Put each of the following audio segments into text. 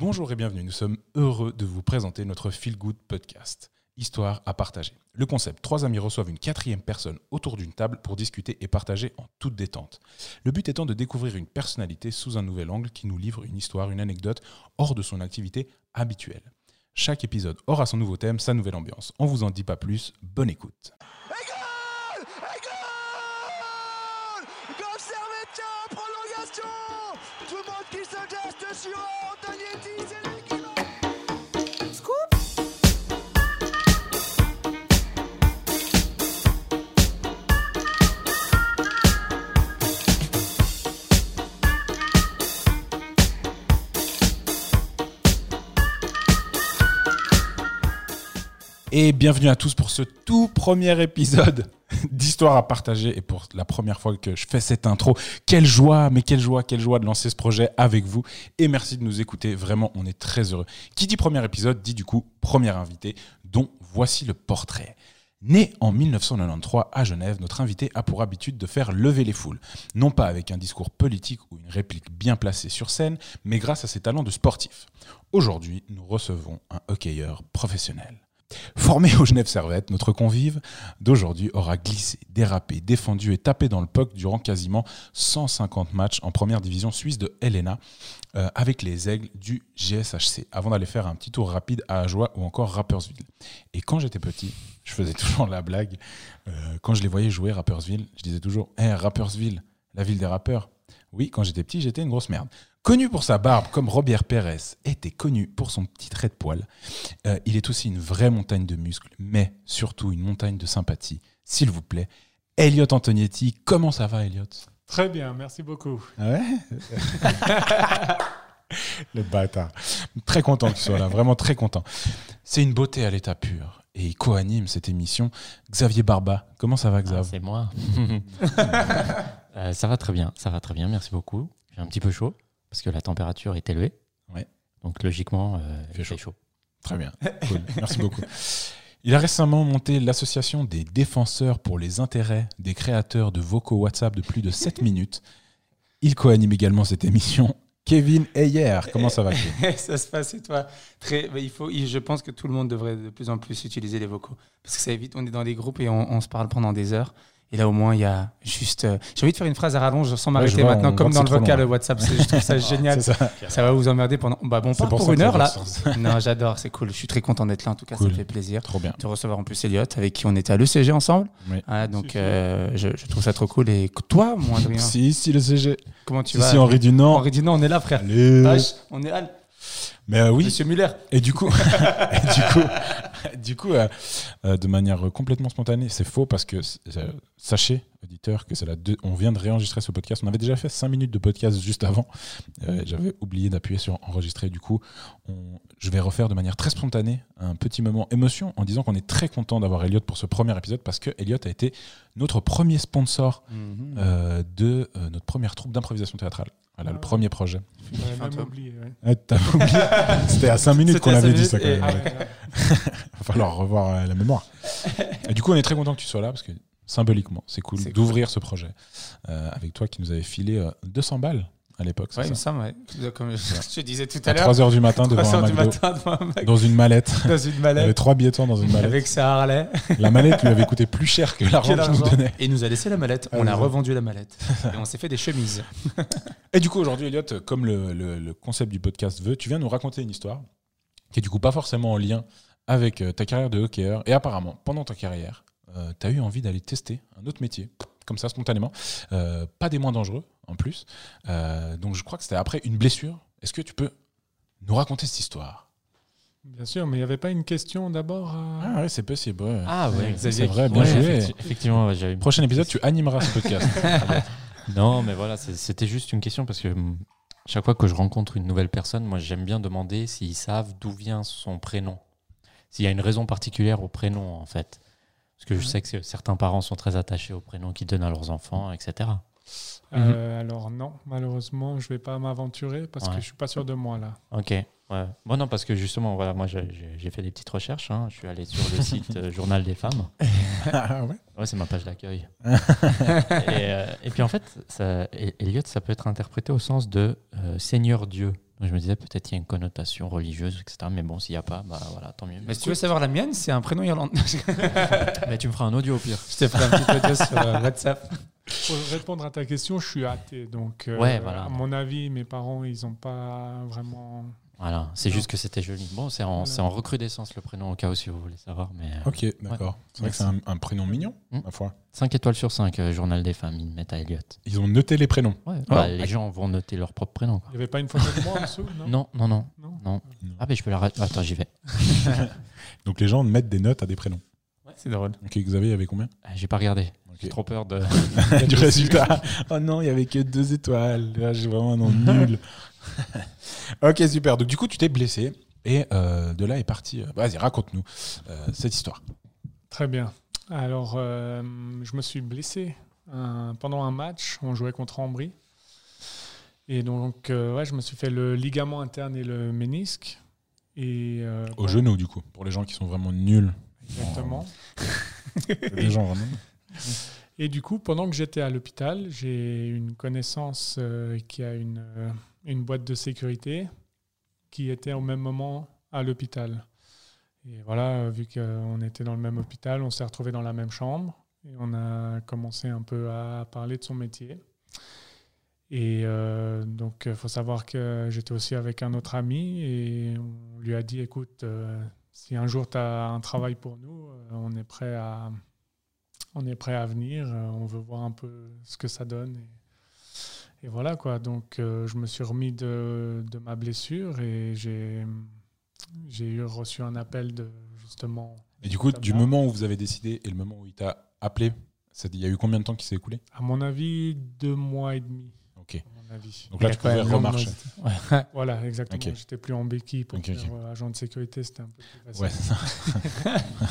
Bonjour et bienvenue, nous sommes heureux de vous présenter notre Feel Good Podcast, Histoire à partager. Le concept, 3 amis reçoivent une 4e personne autour d'une table pour discuter et partager en toute détente. Le but étant de découvrir une personnalité sous un nouvel angle qui nous livre une histoire, une anecdote hors de son activité habituelle. Chaque épisode aura son nouveau thème, sa nouvelle ambiance. On vous en dit pas plus, bonne écoute. Tout le monde qui se geste sur Antonieti, c'est lui qui va... Et bienvenue à tous pour ce tout premier épisode d'Histoire à partager. Et pour la première fois que je fais cette intro, quelle joie de lancer ce projet avec vous. Et merci de nous écouter, vraiment, on est très heureux. Qui dit premier épisode, dit du coup premier invité, dont voici le portrait. Né en 1993 à Genève, notre invité a pour habitude de faire lever les foules. Non pas avec un discours politique ou une réplique bien placée sur scène, mais grâce à ses talents de sportif. Aujourd'hui, nous recevons un hockeyeur professionnel. Formé au Genève Servette, notre convive d'aujourd'hui aura glissé, dérapé, défendu et tapé dans le puck durant quasiment 150 matchs en première division suisse de Helena avec les Aigles du GSHC, avant d'aller faire un petit tour rapide à Ajoie ou encore Rapperswil. Et quand j'étais petit, je faisais toujours la blague, quand je les voyais jouer Rapperswil, je disais toujours « Hey, Rapperswil, la ville des rappeurs ». Oui, quand j'étais petit, j'étais une grosse merde. Connu pour sa barbe, comme Robert Pérez était connu pour son petit trait de poil, il est aussi une vraie montagne de muscles, mais surtout une montagne de sympathie. S'il vous plaît, Elliot Antonieti, comment ça va, Elliot ? Très bien, merci beaucoup. Ah ouais. Le bâtard. Très content que tu sois là, vraiment très content. C'est une beauté à l'état pur. Et il co-anime cette émission. Xavier Barba, comment ça va, Xav ? C'est moi. Ça va très bien, merci beaucoup. J'ai un petit peu chaud, parce que la température est élevée. Ouais. Donc logiquement, il fait chaud. chaud. Très bien, cool. Merci beaucoup. Il a récemment monté l'association des défenseurs pour les intérêts des créateurs de vocaux WhatsApp de plus de 7 minutes. Il co-anime également cette émission. Kevin Heyer, comment ça va, Kevin ? Ça se passe, et toi ? Je pense que tout le monde devrait de plus en plus utiliser les vocaux. Parce que ça évite, on est dans des groupes et on se parle pendant des heures. Et là, au moins, il y a juste... j'ai envie de faire une phrase à rallonge sans m'arrêter maintenant, comme dans le vocal WhatsApp. Je trouve ça génial. Ça va vous emmerder pendant... on part pour une heure, là. Non, j'adore, c'est cool. Je suis très content d'être là, en tout cas, cool. Ça me fait plaisir. Trop bien. De recevoir en plus Elliot, avec qui on était à l'ECG ensemble. Oui. Ah, donc, je trouve ça trop cool. Et toi, mon Adrien ? Si, le CG. Comment tu vas ? Si, Henri Dunant. Henri Dunant, on est là, frère. Allez. Vache, on est là. Mais oui. Monsieur Muller. Et du coup, de manière complètement spontanée, c'est faux parce que sachez, auditeurs, que on vient de réenregistrer ce podcast. On avait déjà fait 5 minutes de podcast juste avant. J'avais oublié d'appuyer sur enregistrer. Du coup, je vais refaire de manière très spontanée un petit moment émotion en disant qu'on est très content d'avoir Elliot pour ce premier épisode parce que Elliot a été notre premier sponsor de notre première troupe d'improvisation théâtrale. Voilà, le premier projet. Même oublié, T'as oublié. C'était à 5 minutes qu'on l'avait dit ça quand même. Ouais. Va falloir revoir la mémoire. Et du coup, on est très content que tu sois là parce que symboliquement, c'est cool d'ouvrir ce projet avec toi qui nous avait filé 200 balles à l'époque. Oui, il me semble, comme je disais tout à l'heure. 3h du matin devant un McDo. Dans une mallette. Dans une mallette. Il y avait 3 billets de temps dans une mallette. Avec sa Harley. La mallette lui avait coûté plus cher que l'argent qu'il nous donnait. Et il nous a laissé la mallette. On a revendu la mallette. Et on s'est fait des chemises. Et du coup, aujourd'hui, Elliot, comme le concept du podcast veut, tu viens nous raconter une histoire qui est du coup pas forcément en lien avec ta carrière de hockeyeur. Et apparemment, pendant ta carrière, tu as eu envie d'aller tester un autre métier, comme ça, spontanément. Pas des moins dangereux, en plus. Donc, je crois que c'était après une blessure. Est-ce que tu peux nous raconter cette histoire ? Bien sûr, mais il n'y avait pas une question d'abord Ah ouais, c'est possible. Ouais. Ah ouais, c'est vrai, bien joué. Effectivement, j'avais une Prochain épisode, tu animeras ce podcast. Non, mais voilà, c'était juste une question parce que chaque fois que je rencontre une nouvelle personne, moi, j'aime bien demander s'ils savent d'où vient son prénom. S'il y a une raison particulière au prénom, en fait. Parce que je sais que certains parents sont très attachés au prénom qu'ils donnent à leurs enfants, etc. Alors non, malheureusement, je ne vais pas m'aventurer parce que je ne suis pas sûr de moi là. Ok, ouais. Bon, non, parce que justement, voilà, moi j'ai fait des petites recherches. Hein. Je suis allé sur le site Journal des femmes. Ah ouais. Ouais, c'est ma page d'accueil. et puis en fait, Elliot, ça peut être interprété au sens de Seigneur Dieu. Donc je me disais peut-être il y a une connotation religieuse, etc. Mais bon, s'il n'y a pas, bah voilà, tant mieux. Mais si tu veux savoir la mienne, c'est un prénom irlandais. Mais tu me feras un audio au pire. Je te ferai un petit audio sur WhatsApp. Pour répondre à ta question, je suis athée. Donc, Ouais, voilà. à mon avis, mes parents, ils n'ont pas vraiment. Voilà, c'est Non. juste que c'était joli. Bon, c'est en recrudescence le prénom au cas où si vous voulez savoir. Mais, Ok, d'accord. C'est vrai que c'est un prénom mignon, ma foi. 5 étoiles sur 5, Journal des femmes, ils mettent à Elliot. Ils ont noté les prénoms. Ouais, bah, les gens vont noter leur propre prénom. Quoi. Il n'y avait pas une photo de moi en dessous, non? Non. Ah, mais je peux la Attends, j'y vais. Donc les gens mettent des notes à des prénoms. C'est drôle. Ok, Xavier, il y avait combien? J'ai pas regardé. Ok. J'ai trop peur de. Du résultat. Oh non, il y avait que 2 étoiles. Là, j'ai vraiment un nom nul. Ok, super. Donc du coup, tu t'es blessé et de là est parti. Vas-y, raconte-nous cette histoire. Très bien. Alors, je me suis blessé pendant un match. On jouait contre Ambry. Et donc, je me suis fait le ligament interne et le ménisque. Et, Au genou, du coup, pour les gens qui sont vraiment nuls. Exactement. Les gens vraiment. Et du coup, pendant que j'étais à l'hôpital, j'ai une connaissance qui a une boîte de sécurité qui était au même moment à l'hôpital. Et voilà, vu qu'on était dans le même hôpital, on s'est retrouvés dans la même chambre et on a commencé un peu à parler de son métier. Et donc, il faut savoir que j'étais aussi avec un autre ami et on lui a dit, écoute, si un jour tu as un travail pour nous, on est prêt à venir, on veut voir un peu ce que ça donne. Et voilà quoi. Donc je me suis remis de ma blessure et j'ai reçu un appel de justement. Et du coup, du moment où vous avez décidé et le moment où il t'a appelé, il y a eu combien de temps qui s'est écoulé? À mon avis, 2 mois et demi. Ok. À mon avis. Donc là, tu pouvais remarcher. Voilà, exactement. Ok. J'étais plus en béquille pour Ok, faire agent de sécurité, c'était un peu plus facile. Ouais, c'est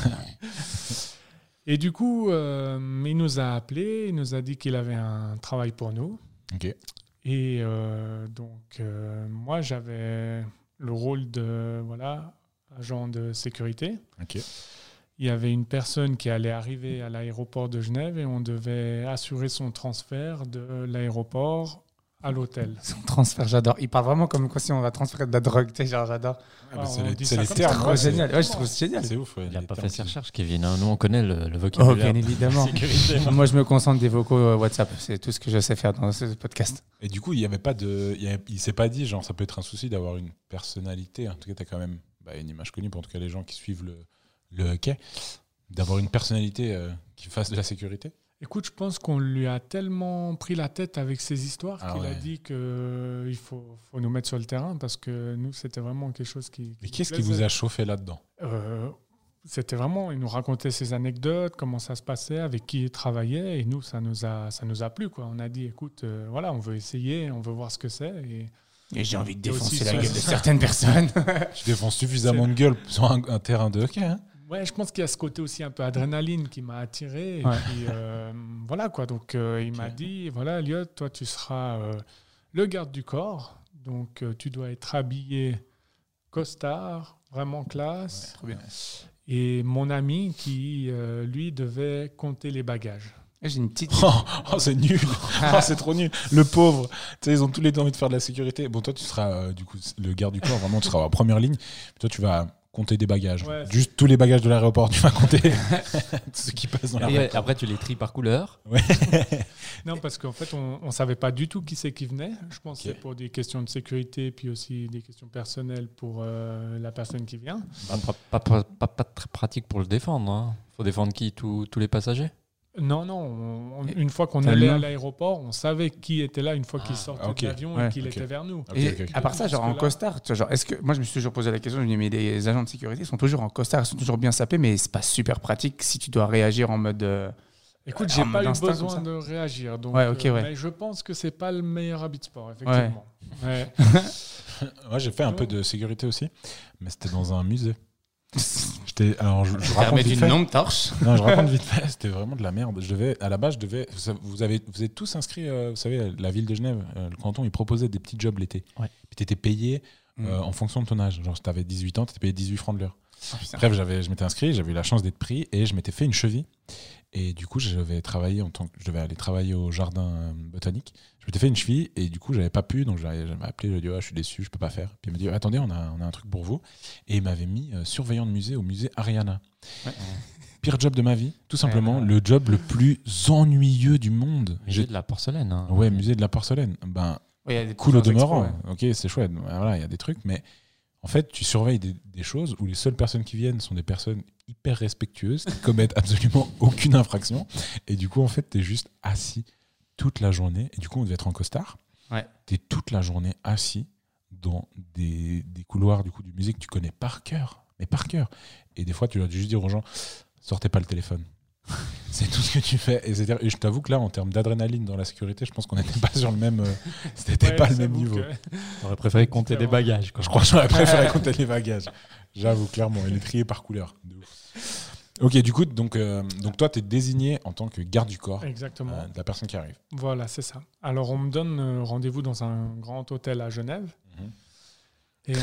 ça. Et du coup, il nous a appelés, il nous a dit qu'il avait un travail pour nous. Ok. Et donc, moi, j'avais le rôle de agent de sécurité. Ok. Il y avait une personne qui allait arriver à l'aéroport de Genève et on devait assurer son transfert de l'aéroport à l'hôtel. Son transfert, j'adore. Il parle vraiment comme quoi si on va transférer de la drogue. Tu sais, genre, j'adore. C'est dit les ça comme termes. ça. Trop génial. Ouais, je trouve ça génial. C'est ouf. Ouais, Il n'a les pas termes fait ses qui- recherches, Kevin. Hein. Nous, on connaît le Oh, vocabulaire. bien évidemment. Sécurité. Moi, je me concentre des vocaux WhatsApp. C'est tout ce que je sais faire dans ce podcast. Et du coup, il y avait pas de, il s'est pas dit genre ça peut être un souci d'avoir une personnalité. En tout cas, t'as quand même une image connue pour en tout cas les gens qui suivent le hockey, d'avoir une personnalité qui fasse de la sécurité. Écoute, je pense qu'on lui a tellement pris la tête avec ces histoires Ah qu'il ouais. a dit qu'il faut nous mettre sur le terrain parce que nous, c'était vraiment quelque chose qui Mais qu'est-ce nous qui vous plaisait. a chauffé là-dedans? C'était vraiment, il nous racontait ses anecdotes, comment ça se passait, avec qui il travaillait, et nous, ça nous a plu, quoi. On a dit, écoute, on veut essayer, on veut voir ce que c'est. Et j'ai envie de Il y a aussi défoncer la ça. gueule de certaines personnes. Tu défonces suffisamment de gueule sur un terrain de hockey. Hein? Ouais, je pense qu'il y a ce côté aussi un peu adrénaline qui m'a attiré. Et Ouais. puis, voilà, quoi. Donc, il m'a dit, voilà, Elliot, toi, tu seras le garde du corps. Donc, tu dois être habillé costard, vraiment classe. Trop bien. Et mon ami qui, lui, devait compter les bagages. J'ai une petite. Oh, c'est nul. Oh, c'est trop nul. Le pauvre. Tu sais, ils ont tous les deux envie de faire de la sécurité. Bon, toi, tu seras du coup le garde du corps. Vraiment, tu seras en première ligne. Toi, tu vas compter des bagages. Ouais. Juste tous les bagages de l'aéroport, tu vas compter ce qui passe dans Et l'aéroport. après, tu les tries par couleur. Non, parce qu'en fait, on ne savait pas du tout qui c'est qui venait. Je pense que Ok. c'est pour des questions de sécurité, puis aussi des questions personnelles pour la personne qui vient. Pas très pratique pour le défendre. Hein. Faut défendre qui? Tous les passagers? Non, une fois qu'on T'as le allait nom à l'aéroport, on savait qui était là une fois qu'il sortait ok. de l'avion Ouais. et qu'il Ok. était vers nous. Ok, Et ok, ok. à part ça, genre en Parce que là- costard, tu vois, genre, est-ce que moi je me suis toujours posé la question, je me dis mais les agents de sécurité sont toujours en costard, ils sont toujours bien sapés, mais c'est pas super pratique si tu dois réagir en mode. Écoute, En j'ai mode pas eu instinct, comme besoin ça. de réagir. Donc, Ouais, ok, ouais. Mais je pense que c'est pas le meilleur habit de sport, effectivement. Ouais. Moi, j'ai fait un peu de sécurité aussi, mais c'était dans un musée. Alors, je raconte Permet vite une fait. lampe torche. Non, je raconte vite fait. C'était vraiment de la merde. À la base, vous êtes tous inscrits, vous savez, la ville de Genève, le canton, ils proposaient des petits jobs l'été. Ouais. Puis t'étais payé en fonction de ton âge. Genre, si t'avais 18 ans, t'étais payé 18 francs de l'heure. Oh, putain. Bref, je m'étais inscrit, j'avais eu la chance d'être pris et je m'étais fait une cheville. Et du coup, je devais aller travailler au jardin botanique. Je m'étais fait une cheville et du coup, j'avais pas pu. Donc, j'avais appelé, je lui ai dit, je suis déçu, je peux pas faire. Puis il m'a dit, attendez, on a un truc pour vous. Et il m'avait mis surveillant de musée au musée Ariana. Ouais. Pire job de ma vie, tout simplement. Ouais. Le job le plus ennuyeux du monde. Musée de la porcelaine. Hein. Ouais, musée de la porcelaine. Ben, Ouais, il y a des cool au petits demeurant. expos, ouais. Ok, c'est chouette. Voilà, il y a des trucs, mais en fait, tu surveilles des choses où les seules personnes qui viennent sont des personnes hyper respectueuses qui commettent absolument aucune infraction. Et du coup, en fait, t'es juste assis toute la journée. Et du coup, on devait être en costard. Ouais. T'es toute la journée assis dans des couloirs du coup du musée que tu connais par cœur, mais par cœur. Et des fois, tu dois juste dire aux gens, sortez pas le téléphone. C'est tout ce que tu fais. Et je t'avoue que là, en termes d'adrénaline dans la sécurité, je pense qu'on n'était pas sur le même. C'était Ouais, pas le même j'avoue niveau. que- J'aurais préféré compter des bagages. Quoi. Je crois que j'aurais préféré compter les bagages. J'avoue, clairement. Il est trié par couleur. De ouf. Ok, du coup, donc toi, tu es désigné en tant que garde du corps Exactement. de la personne qui arrive. Voilà, c'est ça. Alors, on me donne rendez-vous dans un grand hôtel à Genève. Mhm. Et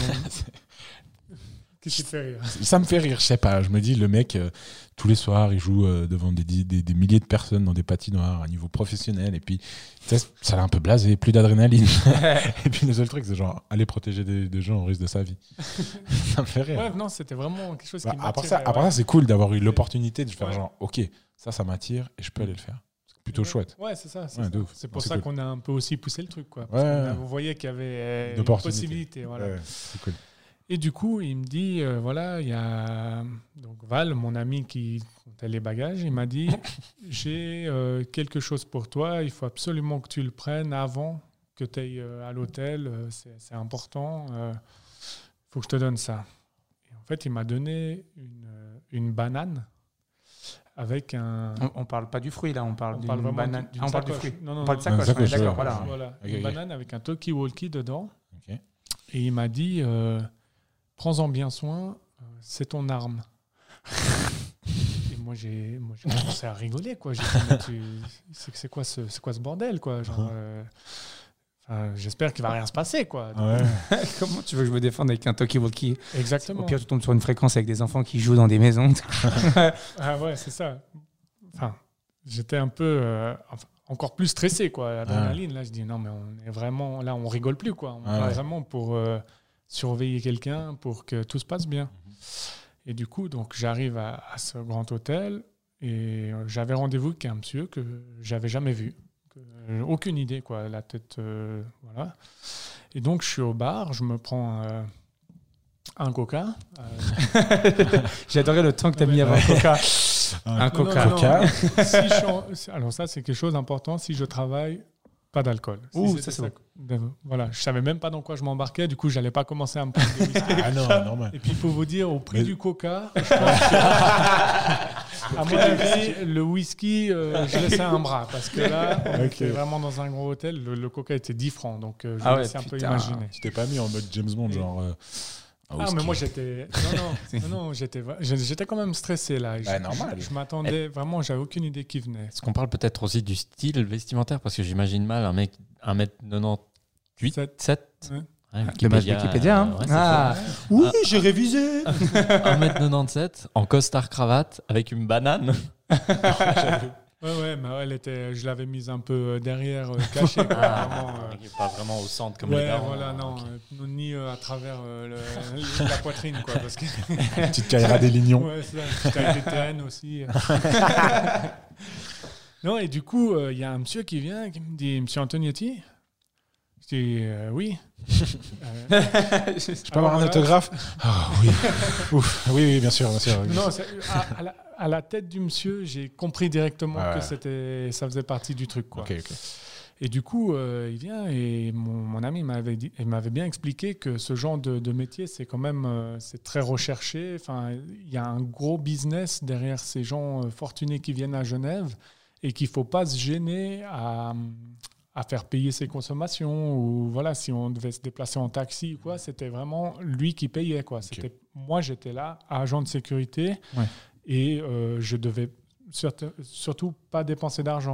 Qu'est-ce qui te fait rire? Ça me fait rire, je sais pas. Je me dis, le mec, tous les soirs, il joue devant des milliers de personnes dans des patinoires à niveau professionnel. Et puis, tu sais, ça l'a un peu blasé, plus d'adrénaline. Et puis, le seul truc, c'est genre, aller protéger des gens au risque de sa vie. Ça me fait rire. Ouais, non, c'était vraiment quelque chose Bah, qui après m'attirait. ça, c'est cool d'avoir eu l'opportunité de faire Ouais. genre, ok, ça m'attire et je peux aller le faire. C'est plutôt chouette. Ouais, c'est ça. Ouais, de ouf. C'est pour C'est ça cool. qu'on a un peu aussi poussé le truc. Quoi, Ouais. vous voyez qu'il y avait Une une opportunité. possibilité. Voilà. Ouais, c'est cool. Et du coup, il me dit, voilà, il y a donc Val, mon ami qui comptait les bagages, il m'a dit, j'ai quelque chose pour toi, il faut absolument que tu le prennes avant que tu ailles à l'hôtel, c'est important, il faut que je te donne ça. Et en fait, il m'a donné une banane avec un... On parle pas du fruit là, on parle On d'une parle vraiment banane. d'une Ah, on parle du sacoche. fruit. Non, non, On parle de non. sacoche, sacoche, ouais, d'accord, ouais. voilà. Voilà, Ok, une ok. banane avec un talkie-walkie dedans. Ok. Et il m'a dit, prends-en bien soin, c'est ton arme. Et moi, j'ai commencé à rigoler, quoi. J'ai dit, mais c'est quoi ce bordel, quoi. Genre, j'espère qu'il va rien se passer, quoi. Ouais. Comment tu veux que je me défende avec un talkie-walkie? Exactement. Au pire, tu tombes sur une fréquence avec des enfants qui jouent dans des maisons. Ah ouais, c'est ça. Enfin, j'étais un peu encore plus stressé, quoi. L'adrénaline, là, je dis non, mais on est vraiment là, on rigole plus, quoi. On est vraiment pour surveiller quelqu'un, pour que tout se passe bien. Et du coup, donc j'arrive à ce grand hôtel et j'avais rendez-vous avec un monsieur que j'avais jamais vu, aucune idée, quoi. La tête, voilà. Et donc je suis au bar, je me prends un coca. J'ai adoré le temps que tu as mis avant le coca. Un Non, coca. non, non. Si je suis alors ça, c'est quelque chose d'important. Si je travaille, pas d'alcool. Si Ouh, c'était ça, c'est voilà, je savais même pas dans quoi je m'embarquais. Du coup, j'allais pas commencer à me prendre des whisky. Ah non, normal. Et puis, il faut vous dire, au prix Mais- du coca, je pense que, à mon avis, le whisky, je laissais un bras. Parce que là, on Ok. était vraiment dans un gros hôtel. Le coca était 10 francs. Donc, je Ah vous ouais, laisse un peu putain. imaginer. Tu t'es pas mis en mode James Bond, genre. Ah, mais moi, j'étais. Non, j'étais quand même stressé là. Bah, normal. Je m'attendais vraiment, j'avais aucune idée qui venait. Est-ce qu'on parle peut-être aussi du style vestimentaire? Parce que j'imagine mal un mec 1m98, 7. Ouais. Ouais, Le match Wikipédia. Hein. ouais, c'est Ah, oui, j'ai révisé. 1m97 en costard cravate avec une banane. Ouais, mais elle était, je l'avais mise un peu derrière, cachée. quoi, vraiment, Pas vraiment au centre comme ouais, les darons. voilà, non, Ok. ni à travers la poitrine, quoi, parce que Petite caïra des lignons. ouais, c'est ça, t'as été TN aussi. Non, et du coup, il y a un monsieur qui vient, qui me dit, Monsieur Antonietti. Je dis oui. Je peux avoir un autographe? Ah oui. Ouf. Oui, bien sûr, bien sûr. Non, à la tête du monsieur, j'ai compris directement Ouais. que ça faisait partie du truc, quoi. Ok, ok. Et du coup, il vient et mon ami m'avait bien expliqué que ce genre de métier, c'est quand même c'est très recherché. Enfin, il y a un gros business derrière ces gens fortunés qui viennent à Genève et qu'il ne faut pas se gêner à faire payer ses consommations. Ou voilà, si on devait se déplacer en taxi ou quoi, c'était vraiment lui qui payait, quoi. C'était, moi, j'étais là, agent de sécurité, Ouais. et je devais surtout pas dépenser d'argent.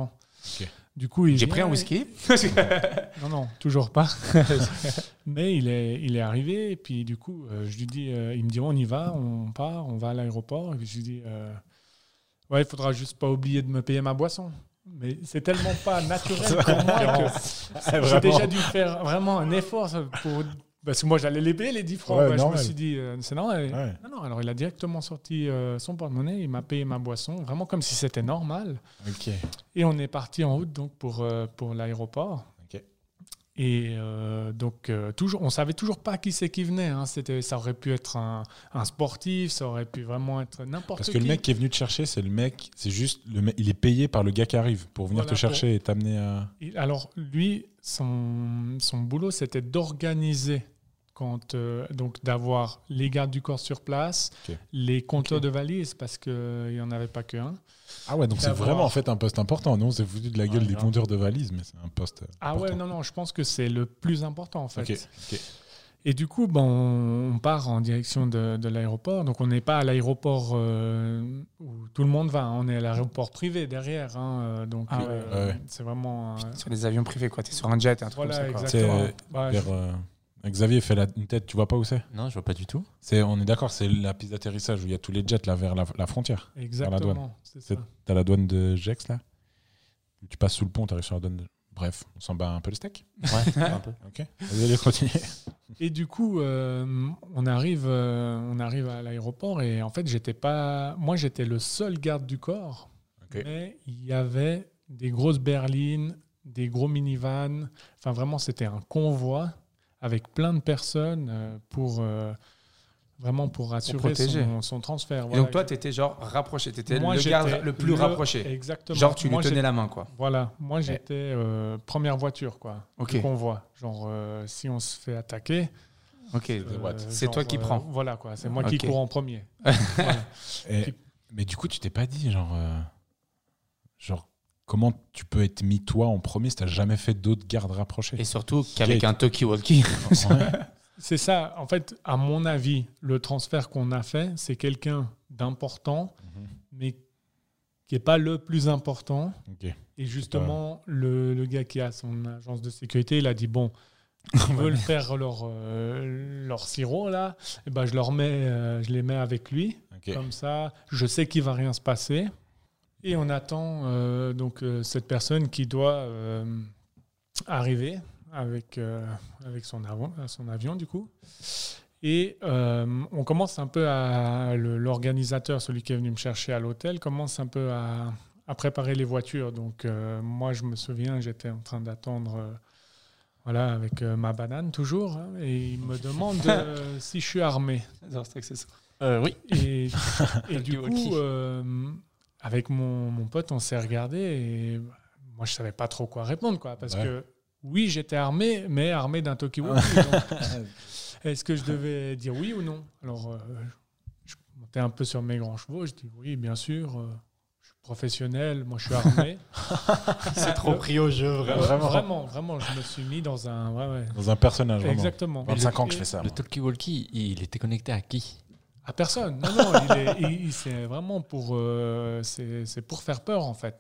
Ok. Du coup, il J'ai vient pris un et- whisky. Non, toujours pas. Mais il est arrivé, et puis du coup, je lui dis, il me dit, on y va, on part, on va à l'aéroport. Et puis je lui dis, ouais, il faudra juste pas oublier de me payer ma boisson. Mais c'est tellement pas naturel pour moi que j'ai déjà dû faire vraiment un effort pour... Parce que moi, j'allais les payer, les 10 francs. Ouais, Ouais, je me normal. suis dit, c'est normal. Ouais. Non, alors il a directement sorti son porte-monnaie, il m'a payé ma boisson, vraiment comme si c'était normal. Ok. Et on est parti en route donc pour l'aéroport. Ok. Et donc, toujours, on savait toujours pas qui c'est qui venait. Hein. Ça aurait pu être un sportif, ça aurait pu vraiment être n'importe qui. Parce que le mec qui est venu te chercher, c'est juste le mec, il est payé par le gars qui arrive pour venir Voilà, te chercher et t'amener à. Alors, lui, son boulot, c'était d'organiser, donc d'avoir les gardes du corps sur place, Ok. les compteurs de valises, parce qu'il n'y en avait pas qu'un. Ah ouais, donc c'est D'avoir- vraiment en fait un poste important. Nous, on s'est foutu de la gueule Ouais, des grave. compteurs de valises, mais c'est un poste. Ah important. ouais, non, je pense que c'est le plus important, en fait. Ok. Ok. Et du coup, on part en direction de l'aéroport. Donc, on n'est pas à l'aéroport où tout le monde va. On est à l'aéroport privé derrière. Hein. Donc, Ah ouais. Ouais. c'est vraiment... Sur des avions privés, quoi. T'es sur un jet, un truc voilà, comme ça, quoi. exactement. C'est, Ouais, Vers, Xavier fait une tête. Tu vois pas où c'est Non, je vois pas du tout. On est d'accord, c'est la piste d'atterrissage où il y a tous les jets là vers la frontière. exactement. C'est ça. T'as la douane de Gex là. Tu passes sous le pont, t'arrives sur la douane. Bref, on s'en bat un peu le steak. Ouais, un peu. Ok. Vous allez continuer. Et du coup, on arrive à l'aéroport et en fait, moi, j'étais le seul garde du corps. Ok. Mais il y avait des grosses berlines, des gros minivans. Enfin, vraiment, c'était un convoi avec plein de personnes vraiment pour assurer protéger. son transfert. Et Voilà. donc toi, t'étais genre rapproché, t'étais Moi, le j'étais garde le plus rapproché. Exactement. Genre tu lui Moi, tenais la main, quoi. Voilà, moi j'étais première voiture, quoi, Ok. du convoi. Genre, si on se fait attaquer, Ok. C'est genre, toi qui prends. Voilà, quoi, c'est moi qui Ok. cours en premier. Voilà. Mais du coup, tu t'es pas dit genre comment tu peux être mis toi en premier si t'as jamais fait d'autres gardes rapprochés. Et surtout qu'avec Gate. un talkie-walkie. Ouais. C'est ça, en fait, à mon avis, le transfert qu'on a fait, c'est quelqu'un d'important, mais qui n'est pas le plus important. Ok. Et justement, le gars qui a son agence de sécurité, il a dit, bon, ils veulent faire leur sirop, là, et ben, je les mets avec lui. Ok. Comme ça, je sais qu'il ne va rien se passer. Et on attend cette personne qui doit arriver avec son avion, du coup. Et on commence un peu l'organisateur, celui qui est venu me chercher à l'hôtel, commence un peu à préparer les voitures. Donc, moi, je me souviens, j'étais en train d'attendre avec ma banane toujours. Hein, et il me demande si je suis armé. Oui. Et du coup, avec mon pote, on s'est regardé et moi, je savais pas trop quoi répondre, quoi, parce Ouais. que oui, j'étais armé, mais armé d'un talkie-walkie. Donc, est-ce que je devais dire oui ou non? Alors, je montais un peu sur mes grands chevaux. Je dis oui, bien sûr. Je suis professionnel. Moi, je suis armé. C'est trop pris au jeu, Vraiment, je me suis mis dans un. Ouais. Dans un personnage, vraiment. Exactement. 25 ans que je fais ça. Le moi. talkie-walkie, il était connecté à qui? À personne. Non, c'est vraiment c'est pour faire peur, en fait.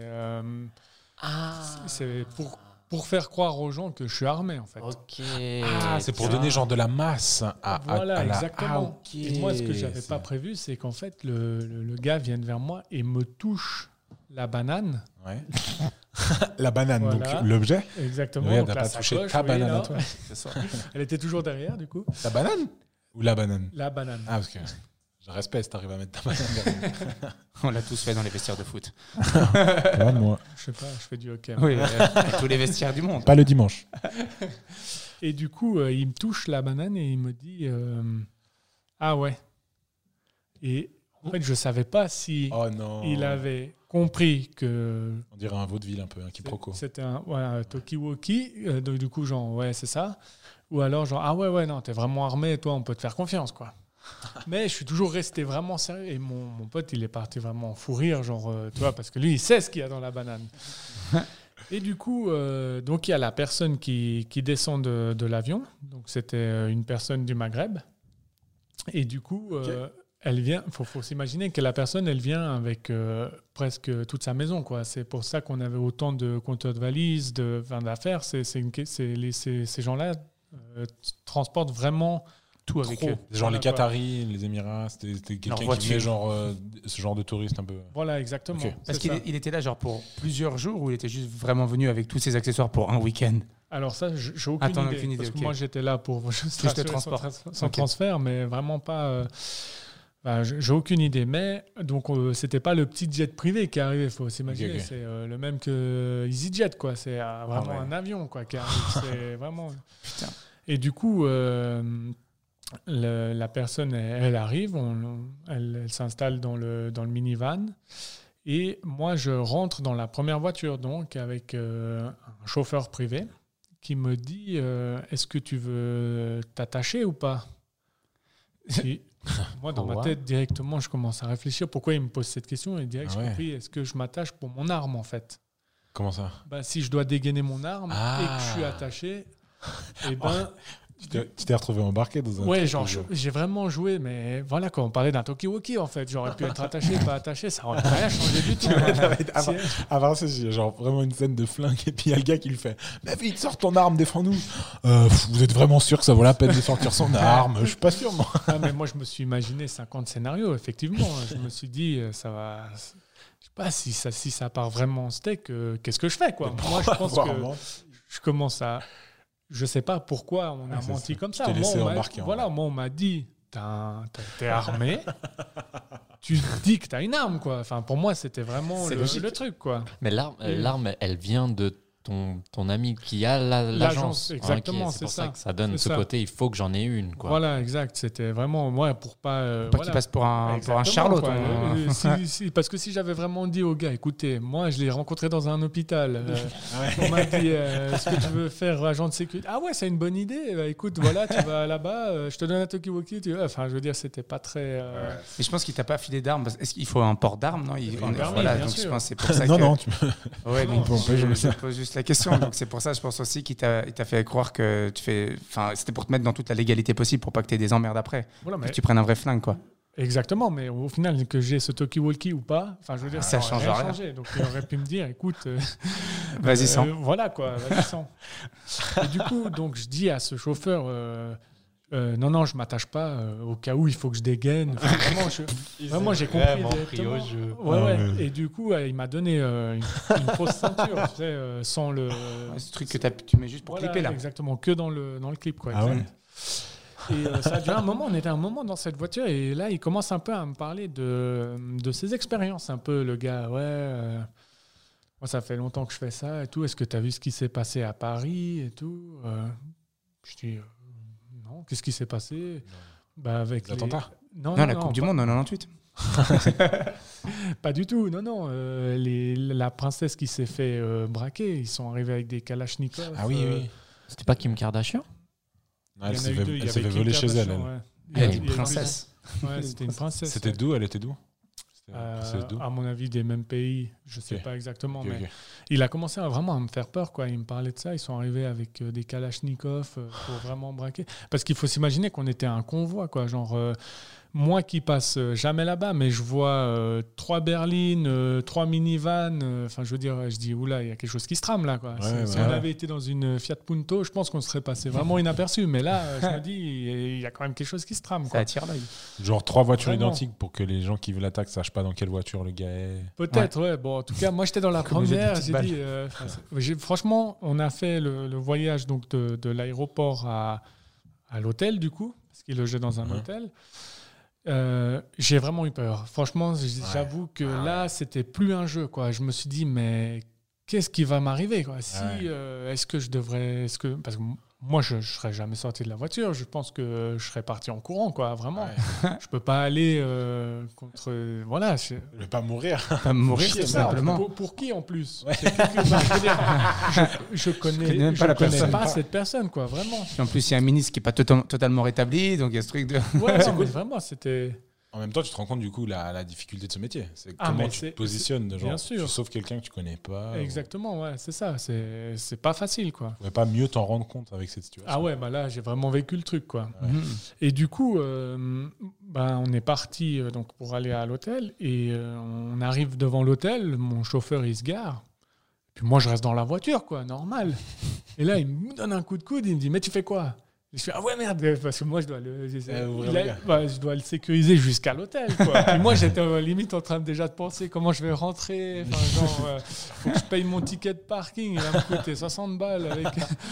C'est pour faire croire aux gens que je suis armé, en fait. Ok. Ah, c'est pour donner genre de la masse Voilà, à la... exactement. Ah, ok. Et moi, ce que j'avais pas prévu, c'est qu'en fait, le gars vienne vers moi et me touche la banane. Ouais. La banane, Voilà. donc l'objet. Exactement. Le gars Donc n'a la pas touché sacoche, ta oui, banane là. à toi. Elle était toujours derrière, du coup. Ta banane ou la banane? La banane. Ah, parce que je respecte si t'arrives à mettre ta banane derrière. On l'a tous fait dans les vestiaires de foot. Pas moi. Je sais pas, je fais du hockey. Oui, tous les vestiaires du monde. Pas le dimanche. Et du coup, il me touche la banane et il me dit ah ouais. Et en fait, je savais pas si Oh non. il avait compris que On dirait un vaudeville un peu, un quiproquo. c'était un talkie-walkie. Donc, du coup, genre, ouais, c'est ça. Ou alors, genre, ah ouais, non, t'es vraiment armé, toi, on peut te faire confiance, quoi. Mais je suis toujours resté vraiment sérieux. Et mon pote, il est parti vraiment en fou rire, genre, tu vois, parce que lui, il sait ce qu'il y a dans la banane. Et du coup, donc, il y a la personne qui descend de l'avion. Donc, c'était une personne du Maghreb. Et du coup, elle vient. Faut s'imaginer que la personne, elle vient avec presque toute sa maison, quoi. C'est pour ça qu'on avait autant de compteurs de valises, d'affaires. Ces gens-là transportent vraiment tout avec trop. eux. Genre les Voilà, quoi. Qataris, les Émirats, c'était quelqu'un qui venait genre ce genre de touriste un peu. Voilà, exactement. Ok. Parce C'est ça. qu'il était là genre pour plusieurs jours ou il était juste vraiment venu avec tous ses accessoires pour un week-end? Alors ça, j'ai aucune Attends, idée. aucune idée, Parce ok. que moi, j'étais là pour Juste le assurer transport. son Ok. transfert, mais vraiment pas... j'ai aucune idée. Mais donc, c'était pas le petit jet privé qui est arrivé, il faut s'imaginer. Ok. C'est le même que EasyJet, quoi. C'est vraiment ouais. un avion, quoi, qui arrive. C'est vraiment... Putain. Et du coup... la personne, elle arrive, elle s'installe dans le minivan. Et moi, je rentre dans la première voiture, donc, avec un chauffeur privé qui me dit est-ce que tu veux t'attacher ou pas? Et moi, dans ma Wow. tête, directement, je commence à réfléchir pourquoi il me pose cette question. Et direct, Ah je ouais. compris est-ce que je m'attache pour mon arme, en fait? Comment ça? Si je dois dégainer mon arme Ah. et que je suis attaché, et ben. Tu t'es retrouvé embarqué dans un Ouais, truc genre, où- j'ai vraiment joué, mais voilà, quand on parlait d'un talkie-walkie, en fait, j'aurais pu être attaché, pas attaché, ça aurait rien changé du tout. Avant, c'est genre vraiment une scène de flingue et puis il y a le gars qui lui fait mais vite, sors ton arme, défends-nous. Vous êtes vraiment sûr que ça vaut la peine de sortir son arme? Je suis pas sûr, moi. Ah, mais moi, je me suis imaginé 50 scénarios, effectivement. Je me suis dit, ça va. Je sais pas si ça part vraiment en steak, qu'est-ce que je fais, quoi? Moi, je pense que Vraiment. je commence à. Je sais pas pourquoi on a Ouais, c'est menti ça. comme Tu ça. t'es Moi, laissé on m'a- embarquer, en voilà, vrai. moi, on m'a dit, t'es armé, tu dis que t'as une arme, quoi. Enfin, pour moi, c'était vraiment C'est le logique. truc, quoi. Mais l'arme, elle vient de ton ami qui a l'agence. exactement, Ok, c'est pour ça. ça que ça donne C'est ce ça. côté, il faut que j'en ai une. Quoi. Voilà, exact. C'était vraiment, moi, pour pas. Pas voilà. qu'il passe pour un Exactement, Charlot. quoi. ton- Parce que si j'avais vraiment dit au gars, écoutez, moi je l'ai rencontré dans un hôpital, on m'a dit, est-ce que tu veux faire agent de sécurité? Ah ouais, c'est une bonne idée. Bah, écoute, voilà, tu vas là-bas, je te donne un talkie-walkie. Enfin, je veux dire, c'était pas très. Mais je pense qu'il t'a pas filé d'armes. Est-ce qu'il faut un port d'armes? Non, un permis, voilà, bien donc sûr. je pense que c'est pour ça Non, que. non, Ouais, Non, mais on peut je pose juste la question. Donc c'est pour ça, je pense aussi qu'il t'a fait croire que tu fais. Enfin, c'était pour te mettre dans toute la légalité possible pour pas que tu aies des emmerdes après. Voilà, mais Que tu prennes un vrai flingue, quoi. exactement, mais au final, que j'ai ce talkie-walkie ou pas, enfin, je veux dire, Ça aurait change rien. changé. Donc, il aurait pu me dire, écoute, Vas-y, sans. voilà quoi, vas-y, sans. Et du coup, donc, je dis à ce chauffeur, non, je m'attache pas, au cas où il faut que je dégaine. Enfin, vraiment, j'ai compris directement. Ouais. Et du coup, il m'a donné une fausse ceinture, tu sais, sans le. Ce truc que tu mets juste pour Voilà, clipper là. exactement, que dans le clip, quoi. Ah ouais. exact. Et ça a duré un moment, on était un moment dans cette voiture et là, il commence un peu à me parler de ses expériences, un peu, le gars, moi, ça fait longtemps que je fais ça et tout, est-ce que tu as vu ce qui s'est passé à Paris et tout? Je dis, non, qu'est-ce qui s'est passé? Bah, avec Les attentats? Non, la Coupe du Monde en 98. Pas du tout, non. La princesse qui s'est fait braquer, ils sont arrivés avec des kalachnikovs. Ah oui. C'était pas Kim Kardashian? Elle Il y en a s'est eu fait, deux. Il y elle s'est avait fait Kim voler chez elle. Kardashian, elle. ouais. Il y a Il y une a eu princesse. Ouais, c'était une princesse. C'était d'où? Elle était d'où? C'est d'où? À mon avis, des mêmes pays. Je ne sais Ok. pas exactement. Ok, Mais ok. il a commencé vraiment à me faire peur, quoi. Il me parlait de ça. Ils sont arrivés avec des kalachnikovs pour vraiment braquer. Parce qu'il faut s'imaginer qu'on était un convoi, quoi. Genre, moi qui passe jamais là-bas, mais je vois 3 berlines, 3 minivans. Enfin, je veux dire, je dis, oula, il y a quelque chose qui se trame là, quoi. Si ouais. on avait été dans une Fiat Punto, je pense qu'on serait passé vraiment inaperçu. Mais là, je me dis, il y a quand même quelque chose qui se trame, Ça quoi. attire l'œil. Genre 3 voitures Vraiment. identiques pour que les gens qui veulent l'attaque sachent pas dans quelle voiture le gars est. Peut-être, ouais. Bon, en tout cas, moi, j'étais dans la Comme j'ai des première. petites J'ai dit, franchement, on a fait le voyage donc de l'aéroport à l'hôtel, du coup, parce qu'il logeait dans un hôtel. J'ai vraiment eu peur. Franchement, j'avoue que là, c'était plus un jeu, quoi. Je me suis dit, mais qu'est-ce qui va m'arriver, quoi? Est-ce que je devrais, parce que moi, je serais jamais sorti de la voiture. Je pense que je serais parti en courant, quoi. Vraiment, je peux pas aller contre. Voilà. Je vais pas mourir. Pas mourir, C'est tout ça. simplement. Pour qui en plus? C'est quelque- enfin, je veux dire, je connais même pas la connais personne. pas cette personne, quoi, vraiment. Puis en plus, il y a un ministre qui n'est pas totalement rétabli, donc il y a ce truc de. Ouais, non, mais vraiment, c'était. En même temps, tu te rends compte du coup la difficulté de ce métier. C'est Ah, comment mais tu c'est- te positionnes. De genre, bien sûr. tu sauves quelqu'un que tu connais pas. Exactement, ouais, c'est ça. C'est pas facile, quoi. Tu pourrais pas mieux t'en rendre compte avec cette situation. Ah ouais, bah là, j'ai vraiment vécu le truc, quoi. Ouais. Et du coup, on est parti donc pour aller à l'hôtel et on arrive devant l'hôtel. Mon chauffeur, il se gare. Puis moi, je reste dans la voiture, quoi, normal. Et là, il me donne un coup de coude. Il me dit, mais tu fais quoi? Et je fais, ah ouais, merde, parce que moi, je dois je dois le sécuriser jusqu'à l'hôtel, quoi. Puis moi, j'étais limite en train déjà de penser comment je vais rentrer. Enfin, genre, faut que je paye mon ticket de parking. Il va me coûter 60 balles avec...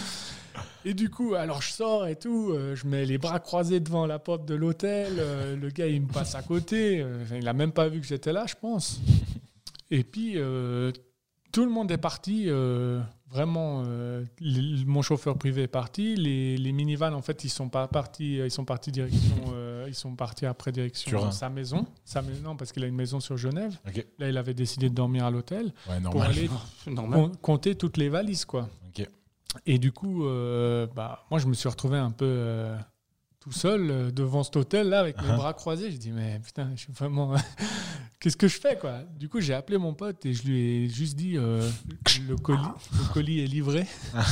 Et du coup, alors je sors et tout, je mets les bras croisés devant la porte de l'hôtel, le gars il me passe à côté, il n'a même pas vu que j'étais là, je pense. Et puis tout le monde est parti, vraiment, mon chauffeur privé est parti, les minivans en fait ils sont pas partis, ils sont partis direction, ils sont partis après direction Turin. sa maison, non parce qu'il a une maison sur Genève. Ok. Là il avait décidé de dormir à l'hôtel Ouais, pour normal. aller Normal. compter toutes les valises quoi. Ok. Et du coup, moi, je me suis retrouvé un peu tout seul devant cet hôtel-là avec mes bras croisés. J'ai dit, mais putain, je suis vraiment... Qu'est-ce que je fais, quoi? Du coup, j'ai appelé mon pote et je lui ai juste dit, le colis est livré.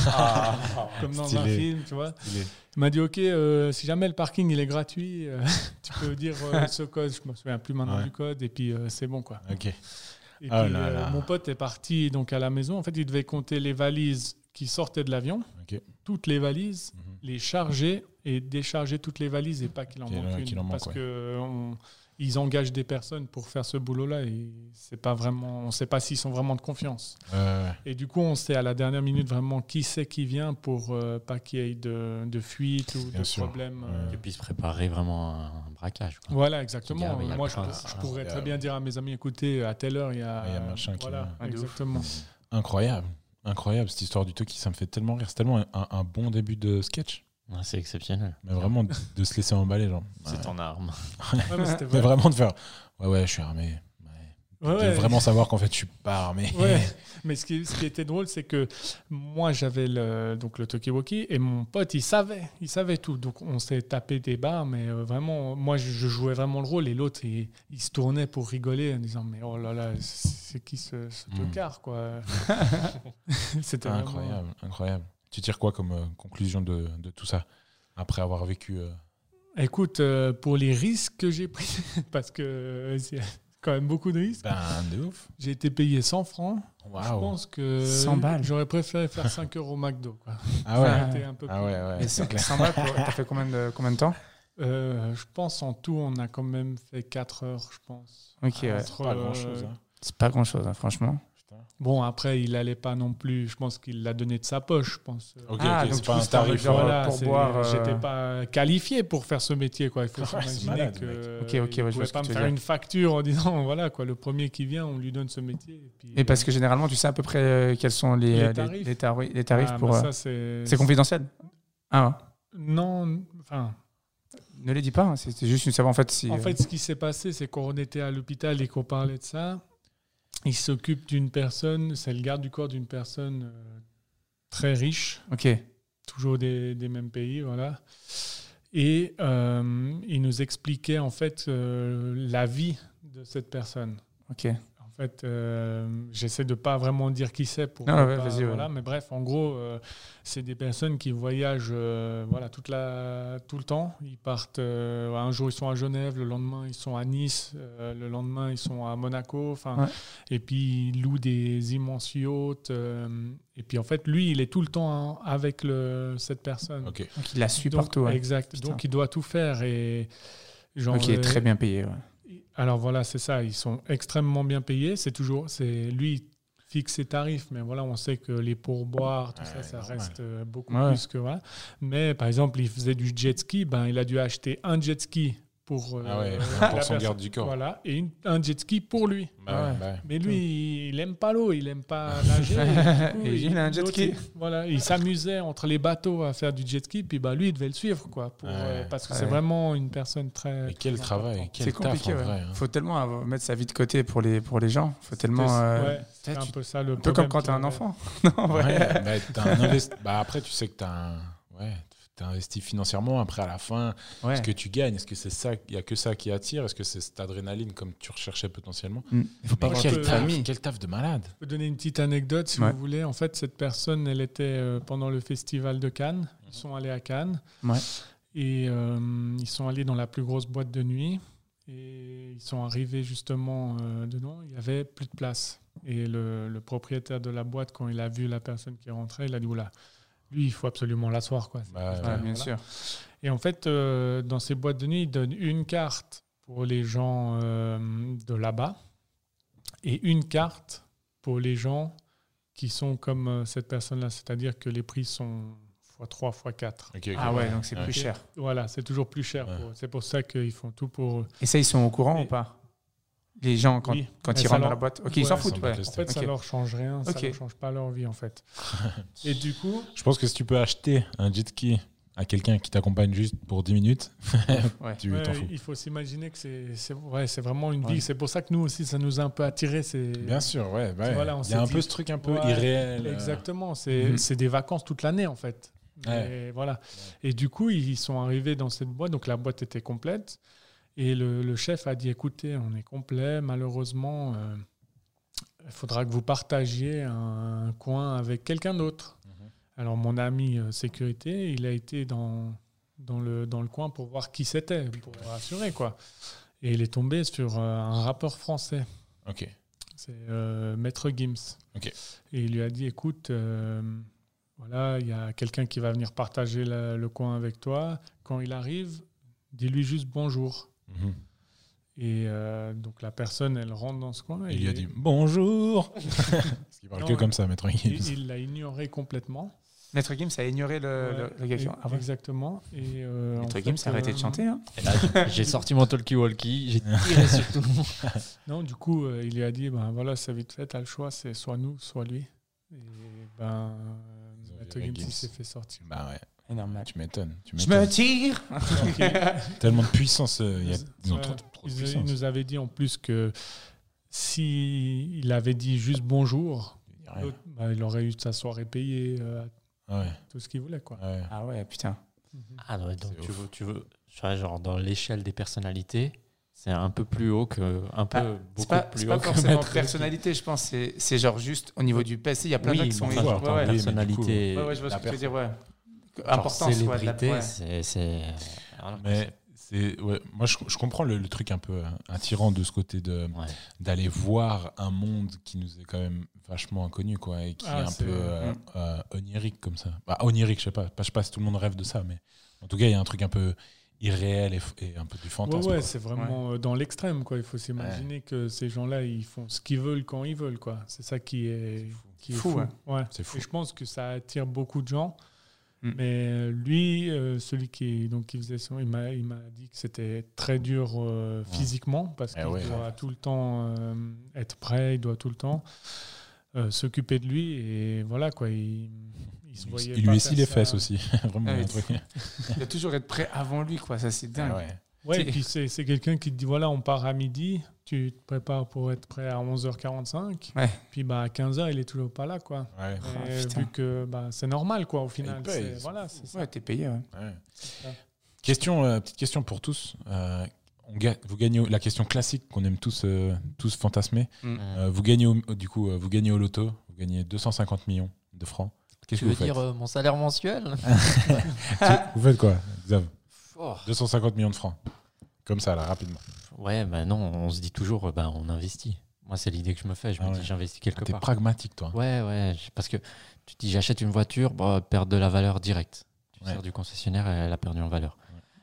Comme dans un Stylé. film, tu vois. Stylé. Il m'a dit, OK, si jamais le parking, il est gratuit, tu peux dire ce code. Je me souviens plus maintenant Ouais. du code. Et puis, c'est bon, quoi. Ok. Et Oh puis, là là. mon pote est parti donc à la maison. En fait, il devait compter les valises qui sortaient de l'avion, Ok. toutes les valises, Mhm. les charger et décharger toutes les valises et pas qu'il en Qu'il manque qu'il une. en manque, Parce ouais. que ils engagent des personnes pour faire ce boulot-là et c'est pas vraiment, on ne sait pas s'ils sont vraiment de confiance. Ouais. Et du coup, on sait à la dernière minute vraiment qui c'est qui vient pour pas qu'il y ait de fuite ou Bien de sûr. problème. Ouais. Tu puisses préparer vraiment un braquage. Quoi. Voilà, exactement. Tu dis, ah, mais il y a Moi, le prince. je pourrais très bien dire à mes amis, écoutez, à telle heure, il y a machin qui voilà, vient. exactement. Incroyable. Incroyable, cette histoire du Toki, ça me fait tellement rire. C'est tellement un bon début de sketch. Ouais, c'est exceptionnel. Mais vraiment, de se laisser emballer, genre. C'est ton arme. Ouais, mais c'était Mais vrai. vraiment de faire, ouais, je suis armé. Ouais, De ouais. vraiment savoir qu'en fait, je suis pas armé. Ouais, mais ce qui était drôle, c'est que moi, j'avais le talkie-walkie et mon pote, il savait tout. Donc, on s'est tapé des barres, mais vraiment, moi, je jouais vraiment le rôle et l'autre, il se tournait pour rigoler en disant, mais oh là là, c'est qui ce tocard, quoi. C'était vraiment- Incroyable, incroyable. Tu tires quoi comme conclusion de tout ça après avoir vécu Écoute, pour les risques que j'ai pris, parce que c'est quand même beaucoup de risques, de ouf. j'ai été payé 100 francs. Je Waouh. pense que 100 balles. j'aurais préféré faire 5 € au McDo, quoi. Ah ouais. C'était un peu Ah plus- ouais. Et C'est clair. 100 balles, t'as fait combien de temps? Je pense en tout, on a quand même fait 4 heures, je pense. Ok, ouais. Entre, Pas grand chose. C'est pas grand chose, franchement. Bon, après, il allait pas non plus. Je pense qu'il l'a donné de sa poche, je pense. Ok, Ah, ok, donc c'est pas tout un ça, tarif. genre, Voilà, pour c'est- boire, j'étais pas qualifié pour faire ce métier, quoi. Il faut Ouais, c'est s'imaginer malade, que mec. Ok, il ouais, je vois pouvait ce pas que me tu veux faire dire. une facture en disant voilà quoi, le premier qui vient, on lui donne ce métier. Et, puis, Et parce que généralement, tu sais à peu près quels sont les tarifs. les tarifs ah, pour. bah, ça, c'est C'est confidentiel? Ah ouais. Non, enfin. Ne les dis pas, hein, c'était juste une savoir en fait si. En fait, ce qui s'est passé, c'est qu'on était à l'hôpital et qu'on parlait de ça. Il s'occupe d'une personne, c'est le garde du corps d'une personne très riche, Ok. toujours des mêmes pays, voilà. Et il nous expliquait en fait la vie de cette personne. Ok. En fait, j'essaie de pas vraiment dire qui c'est pour Non, ne ouais, pas- vas-y, ouais. voilà, mais bref, en gros, c'est des personnes qui voyagent voilà tout le temps. Ils partent un jour ils sont à Genève, le lendemain ils sont à Nice, le lendemain ils sont à Monaco, enfin Ouais. et puis ils louent des immenses yachts et puis en fait lui il est tout le temps avec cette personne. Ok. Donc il la suit Donc, partout. Ouais. Exact. Putain. Donc il doit tout faire et genre Donc il est très bien payé. Ouais. alors voilà, c'est ça, ils sont extrêmement bien payés. C'est lui il fixe ses tarifs, mais voilà, on sait que les pourboires, tout Ouais, ça normal. reste beaucoup Ouais. plus que voilà. Mais par exemple, il faisait du jet ski, il a dû acheter un jet ski pour Ah ouais, la pour son personne- garde du corps. voilà, et un jet ski pour lui. Bah ouais. Mais lui, il aime pas l'eau, il aime pas nager. Et du coup, Et il a un jet l'autre, ski. Voilà, il s'amusait entre les bateaux à faire du jet ski, puis lui, il devait le suivre, quoi, parce que c'est Ouais. vraiment une personne très. Et quel très travail, importante. quel C'est taf compliqué. en ouais. vrai. hein. Faut tellement mettre sa vie de côté pour les gens. Faut tellement. Ouais, c'est tu- un peu ça le un peu comme quand t'es un enfant. Non, ouais. Ouais, bah, t'as un bah, après, tu sais que t'as investis financièrement. Après, à la fin, Ouais. ce que tu gagnes, est-ce que c'est ça, il n'y a que ça qui attire? Est-ce que c'est cette adrénaline comme tu recherchais potentiellement? Il faut pas Mais Moi, qu'il y je ait de peux- famille. quel taf de malade. Je peux donner une petite anecdote si Ouais. vous voulez. En fait, cette personne, elle était pendant le festival de Cannes. Ils sont allés à Cannes Ouais. et ils sont allés dans la plus grosse boîte de nuit. Et ils sont arrivés justement dedans. Il n'y avait plus de place. Et le propriétaire de la boîte, quand il a vu la personne qui est rentrée, il a dit oula, lui, il faut absolument l'asseoir, quoi. Bah, Ouais, ouais. bien Voilà. sûr. Et en fait, dans ces boîtes de nuit, ils donnent une carte pour les gens de là-bas et une carte pour les gens qui sont comme cette personne-là. C'est-à-dire que les prix sont x3, x4. Ok, ok. Ah ouais, donc c'est Ouais. plus cher. Voilà, c'est toujours plus cher. Ouais. C'est pour ça qu'ils font tout pour... Et ça, ils sont au courant Mais- ou pas? Les gens, quand, Oui. quand Mais ils ça rentrent dans leur- la boîte. Ok, Ouais, ils s'en ils foutent. s'en Ouais. battent En fait, ça Ok. leur change rien. Ok. Ça leur change pas leur vie, en fait. Et du coup... Je pense que si tu peux acheter un jet ski à quelqu'un qui t'accompagne juste pour 10 minutes, Ouais. tu Ouais, t'en fous. il faut s'imaginer que c'est vraiment une Ouais. vie. C'est pour ça que nous aussi, ça nous a un peu attirés. Bien sûr, ouais. Bah ouais. Voilà, on il y a s'est un dit- peu ce truc un peu Ouais, irréel. Exactement, c'est Mhm. c'est des vacances toute l'année en fait. Et, voilà. Et du coup, ils sont arrivés dans cette boîte, donc la boîte était complète. Et le chef a dit écoutez, on est complet, malheureusement, il faudra que vous partagiez un coin avec quelqu'un d'autre. Alors, mon ami sécurité, il a été dans le coin pour voir qui c'était, pour assurer quoi. Et il est tombé sur un rappeur français. Ok. C'est Maître Gims. Ok. Et il lui a dit écoute, voilà, il y a quelqu'un qui va venir partager le coin avec toi. Quand il arrive, dis-lui juste bonjour. Mhm. Et donc la personne, elle rentre dans ce coin. Il lui a dit bonjour. Parce qu'il parle Non, que comme ça, maître Gims. il l'a ignoré complètement. Maître Gims a ignoré le gars qui... Ah ouais. Exactement. Et, Maître en Gims fait, a arrêté de chanter. Hein. Et là, j'ai sorti mon talkie-walkie, j'ai tiré sur tout le monde. Non, du coup, il lui a dit ben voilà, c'est vite fait, t'as le choix, c'est soit nous, soit lui. Et ben, Ils ont Maître viré Gims, Gims. il s'est fait sortir. Bah ouais, C'est normal. tu m'étonnes. Je me tire. Tellement de puissance. Ils ont Ouais. trop de Il puissance. nous avait dit en plus que si il avait dit juste bonjour, Ouais. l'autre, bah, il aurait eu sa soirée payée, Ouais. tout ce qu'il voulait. Quoi. Ouais. Ah ouais, putain. Ah ouais, donc C'est tu veux, je dirais, genre dans l'échelle des personnalités, c'est un peu plus haut que, un peu C'est beaucoup pas, plus c'est haut pas que forcément Maître personnalité, je pense. C'est genre juste au niveau du PC, il y a plein de gens Oui, qui sont... mais enfin, enfin, genre, genre, ouais, en ouais. personnalité, Ouais, ouais, je vois ce La que tu veux dire, ouais. genre Importance, ouais, de la... célébrité, ouais. c'est voilà, Mais ouais, moi, je comprends le truc un peu attirant de ce côté ouais. d'aller voir un monde qui nous est quand même vachement inconnu, quoi, et qui Ah, est un c'est- peu onirique comme ça. Bah, onirique, je sais pas si tout le monde rêve de ça, mais en tout cas, il y a un truc un peu irréel et un peu du fantasme. Ouais, quoi. c'est vraiment dans l'extrême. Quoi. Il faut s'imaginer que ces gens-là, ils font ce qu'ils veulent quand ils veulent. Quoi. C'est ça qui est Fou, fou. ouais. Ouais. C'est fou. Et je pense que ça attire beaucoup de gens. Mm. Mais lui, celui qui faisait ça, il m'a dit que c'était très dur physiquement parce Eh qu'il ouais. doit tout le temps être prêt, il doit tout le temps s'occuper de lui. Et voilà, quoi. Il se voyait Il pas lui faire essuie les ça. fesses aussi. Vraiment, il y a un truc. Il doit toujours être prêt avant lui, quoi. Ça, c'est dingue. Ah ouais. Ouais, et C'est- puis c'est quelqu'un qui te dit voilà, on part à midi, tu te prépares pour être prêt à 11h45. Ouais. Puis bah, à 15h, il est toujours pas là. Quoi. Ouais. Et putain. vu que bah, c'est normal, quoi, au final. paye, C'est- c'est voilà, c'est ça. Ouais, t'es payé, ouais. Ouais. ça. Petite question pour tous. Vous gagnez la question classique qu'on aime tous fantasmer. Vous gagnez vous gagnez au loto. Vous gagnez 250 millions de francs. Qu'est-ce Tu que veux vous faites dire mon salaire mensuel? Vous faites quoi, Xav Oh. 250 millions de francs. Comme ça, là, rapidement. Ouais, ben non, on se dit toujours, on investit. Moi, c'est l'idée que je me fais. Je Ah me ouais. dis, j'investis quelque T'es part. pragmatique, toi. Ouais, parce que tu te dis, j'achète une voiture, perdre de la valeur directe. Tu Ouais. sors du concessionnaire, elle a perdu en valeur.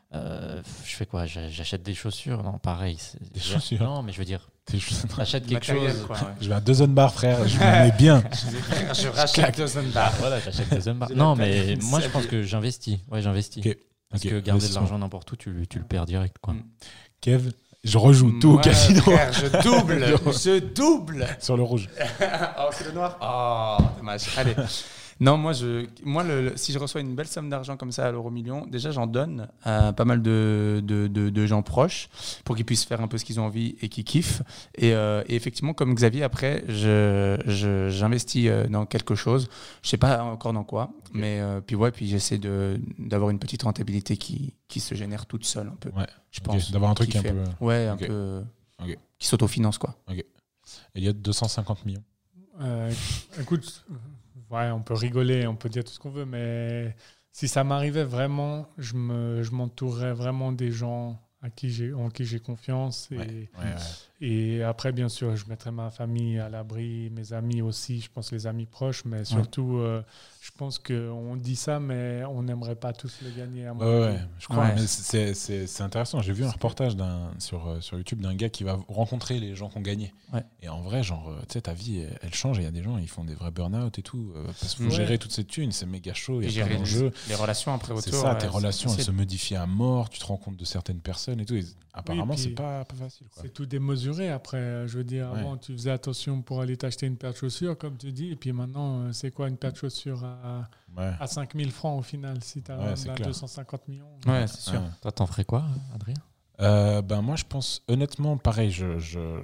Je fais quoi? J'achète des chaussures? Non, pareil. Des chaussures? Non, mais je veux dire, j'achète quelque Matériel, chose. quoi, ouais. Je vais à 2 zones bar, frère. Je me mets bien. Je rachète deux zones bar. Voilà, j'achète des zones bar. Je Non, l'appelle mais une moi, je salle. pense que j'investis. Ouais, j'investis. Ok. Parce Ok, que garder de investissement. l'argent n'importe où, tu le perds direct, quoi. Kev, je rejoue tout au Ouais, casino. frère, je double. Je double. Sur le rouge. Oh, c'est le noir. Oh, dommage. Allez. Non, moi, si je reçois une belle somme d'argent comme ça à l'euro-million, déjà, j'en donne à pas mal de gens proches pour qu'ils puissent faire un peu ce qu'ils ont envie et qu'ils kiffent. Et effectivement, comme Xavier, après, j'investis dans quelque chose. Je sais pas encore dans quoi, mais puis j'essaie d'avoir une petite rentabilité qui se génère toute seule un peu. Ouais. Je pense. D'avoir un truc qui un fait- peu. Ouais, un Ok. peu. Ok. Qui s'autofinance, quoi. Elliot, 250 millions. Écoute, ouais, on peut rigoler, on peut dire tout ce qu'on veut, mais si ça m'arrivait vraiment, je m'entourerais vraiment des gens en qui j'ai confiance. Et après, bien sûr, je mettrais ma famille à l'abri, mes amis aussi, je pense les amis proches, mais surtout, je pense qu'on dit ça, mais on n'aimerait pas tous le gagner. À mon avis. Je crois. Ouais. Mais c'est intéressant. J'ai vu un reportage sur YouTube d'un gars qui va rencontrer les gens qui ont gagné. Ouais. Et en vrai, genre, tu sais, ta vie, elle change. Il y a des gens, ils font des vrais burn-out et tout. Parce qu'il faut Ouais. gérer toutes ces thunes. C'est méga chaud. Il Et y a plein gérer d'enjeux. les relations après autour. C'est ça, tes ouais, relations, elles c'est- se modifient à mort. Tu te rends compte de certaines personnes et tout. Et apparemment, puis c'est pas facile. Quoi. C'est tout démesuré après. Je veux dire, Ouais. avant, tu faisais attention pour aller t'acheter une paire de chaussures, comme tu dis, et puis maintenant, c'est quoi une paire de chaussures à 5 000 francs au final, si tu as Ouais, c'est clair. 250 millions? Ouais, c'est sûr. Ouais. Toi, t'en ferais quoi, Adrien? Moi, je pense, honnêtement, pareil, je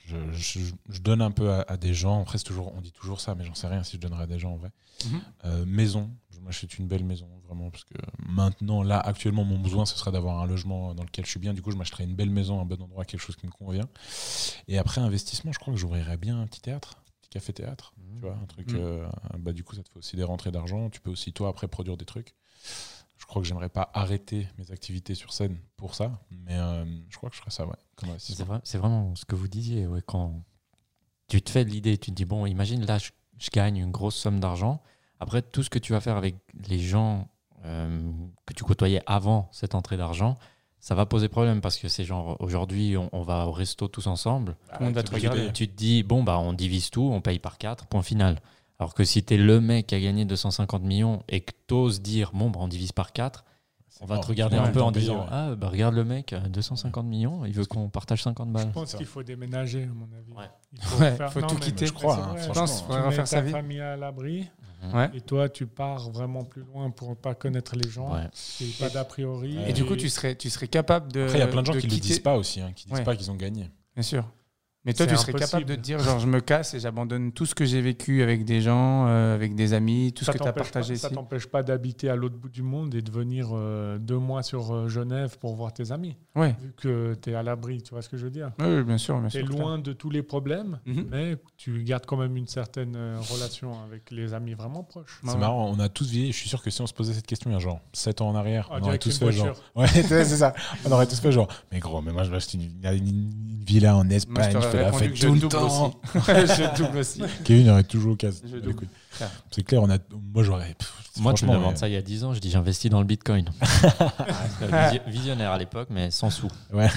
donne un peu à des gens. Après, on dit toujours ça, mais j'en sais rien si je donnerais à des gens en vrai. Maison, je m'achète une belle maison, vraiment, parce que maintenant, là, actuellement, mon besoin, ce serait d'avoir un logement dans lequel je suis bien. Du coup, je m'achèterais une belle maison, un bon endroit, quelque chose qui me convient. Et après, investissement, je crois que j'ouvrirais bien un petit théâtre, un petit café-théâtre, tu vois, un truc. Du coup, ça te fait aussi des rentrées d'argent. Tu peux aussi, toi, après, produire des trucs. Je crois que j'aimerais pas arrêter mes activités sur scène pour ça, mais je crois que je ferais ça, ouais, comme investissement. C'est vraiment ce que vous disiez. Ouais, quand tu te fais de l'idée, tu te dis, bon, imagine, là, je gagne une grosse somme d'argent. Après, tout ce que tu vas faire avec les gens que tu côtoyais avant cette entrée d'argent, ça va poser problème parce que c'est genre, aujourd'hui, on va au resto tous ensemble. Tout le monde va te regarder. Tu te dis, bon, bah, on divise tout, on paye par 4, point final. Alors que si tu es le mec qui a gagné 250 millions et que tu oses dire, bon, bah, on divise par 4, on va te regarder un peu en disant, ah, bah, regarde le mec, 250 millions, il veut qu'on partage 50 Je balles. pense qu'il faut déménager, à mon avis. Ouais. Il Faut tout mais quitter. c'est Je crois, vrai, hein, c'est franchement. vrai. Je pense qu'il faudrait Tu mets refaire sa ta vie. famille à l'abri. Ouais. Et toi, tu pars vraiment plus loin pour ne pas connaître les gens. Ouais. Et pas d'a priori. Ouais. Et du coup, tu serais capable de. Après, il y a plein de gens qui ne le quitter- disent pas aussi, hein, qui disent Ouais. pas qu'ils ont gagné. Bien sûr. Mais toi, C'est tu serais impossible. capable de te dire, genre, je me casse et j'abandonne tout ce que j'ai vécu avec des gens, avec des amis, tout ce que tu as partagé Ça ici. t'empêche pas d'habiter à l'autre bout du monde et de venir 2 mois sur Genève pour voir tes amis. Ouais. Vu que tu es à l'abri, tu vois ce que je veux dire. Oui, bien sûr. Tu es loin de tous les problèmes, Mhm. mais tu gardes quand même une certaine relation avec les amis vraiment proches. C'est marrant, on a tous vieilli. Je suis sûr que si on se posait cette question il y a genre 7 ans en arrière, Ah, on aurait direct tous une fait genre. voiture. Ouais, c'est ça. On aurait tous fait genre. Mais gros, mais moi je vais acheter une villa en Moi, je Espagne, je t'aurais fais la répondu fête que je tout le double temps. aussi. Je double aussi. Kevin aurait toujours casse. Je les double. couilles. Frère. C'est clair, moi j'aurais. Moi, tu me franchement, demandes ça il y a 10 ans, je dis j'investis dans le Bitcoin. Visionnaire à l'époque, mais sans sous. Ouais.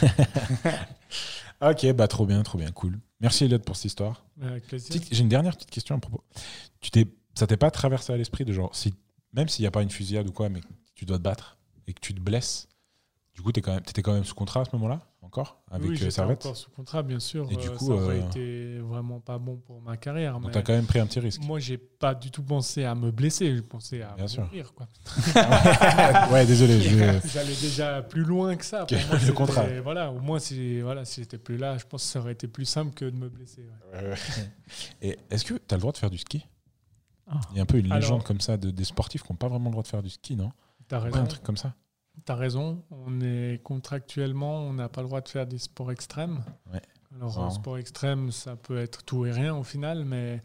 Ok, bah trop bien, cool. Merci Elliot pour cette histoire. Avec plaisir. J'ai une dernière petite question à propos. Ça t'est pas traversé à l'esprit de genre, même s'il n'y a pas une fusillade ou quoi, mais que tu dois te battre et que tu te blesses, du coup t'étais quand même sous contrat à ce moment-là, encore, avec Oui, j'étais Servette. encore sous contrat, bien sûr. Et du coup, ça aurait été vraiment pas bon pour ma carrière. Donc mais t'as quand même pris un petit risque. moi, j'ai pas du tout pensé à me blesser. Je pensais à Bien sûr. mourir. Quoi. Ouais, désolé. J'allais déjà plus loin que ça. Que Pour moi, le c'était- contrat. Voilà, au moins, si j'étais plus là, je pense que ça aurait été plus simple que de me blesser. Ouais. Et est-ce que tu as le droit de faire du ski? Ah. Il y a un peu une Alors- légende comme ça des sportifs qui n'ont pas vraiment le droit de faire du ski, non? T'as Ouais, raison. un truc comme ça. T'as raison. On est contractuellement, on n'a pas le droit de faire des sports extrêmes. Ouais. Alors, Wow. un sport extrême, ça peut être tout et rien au final, mais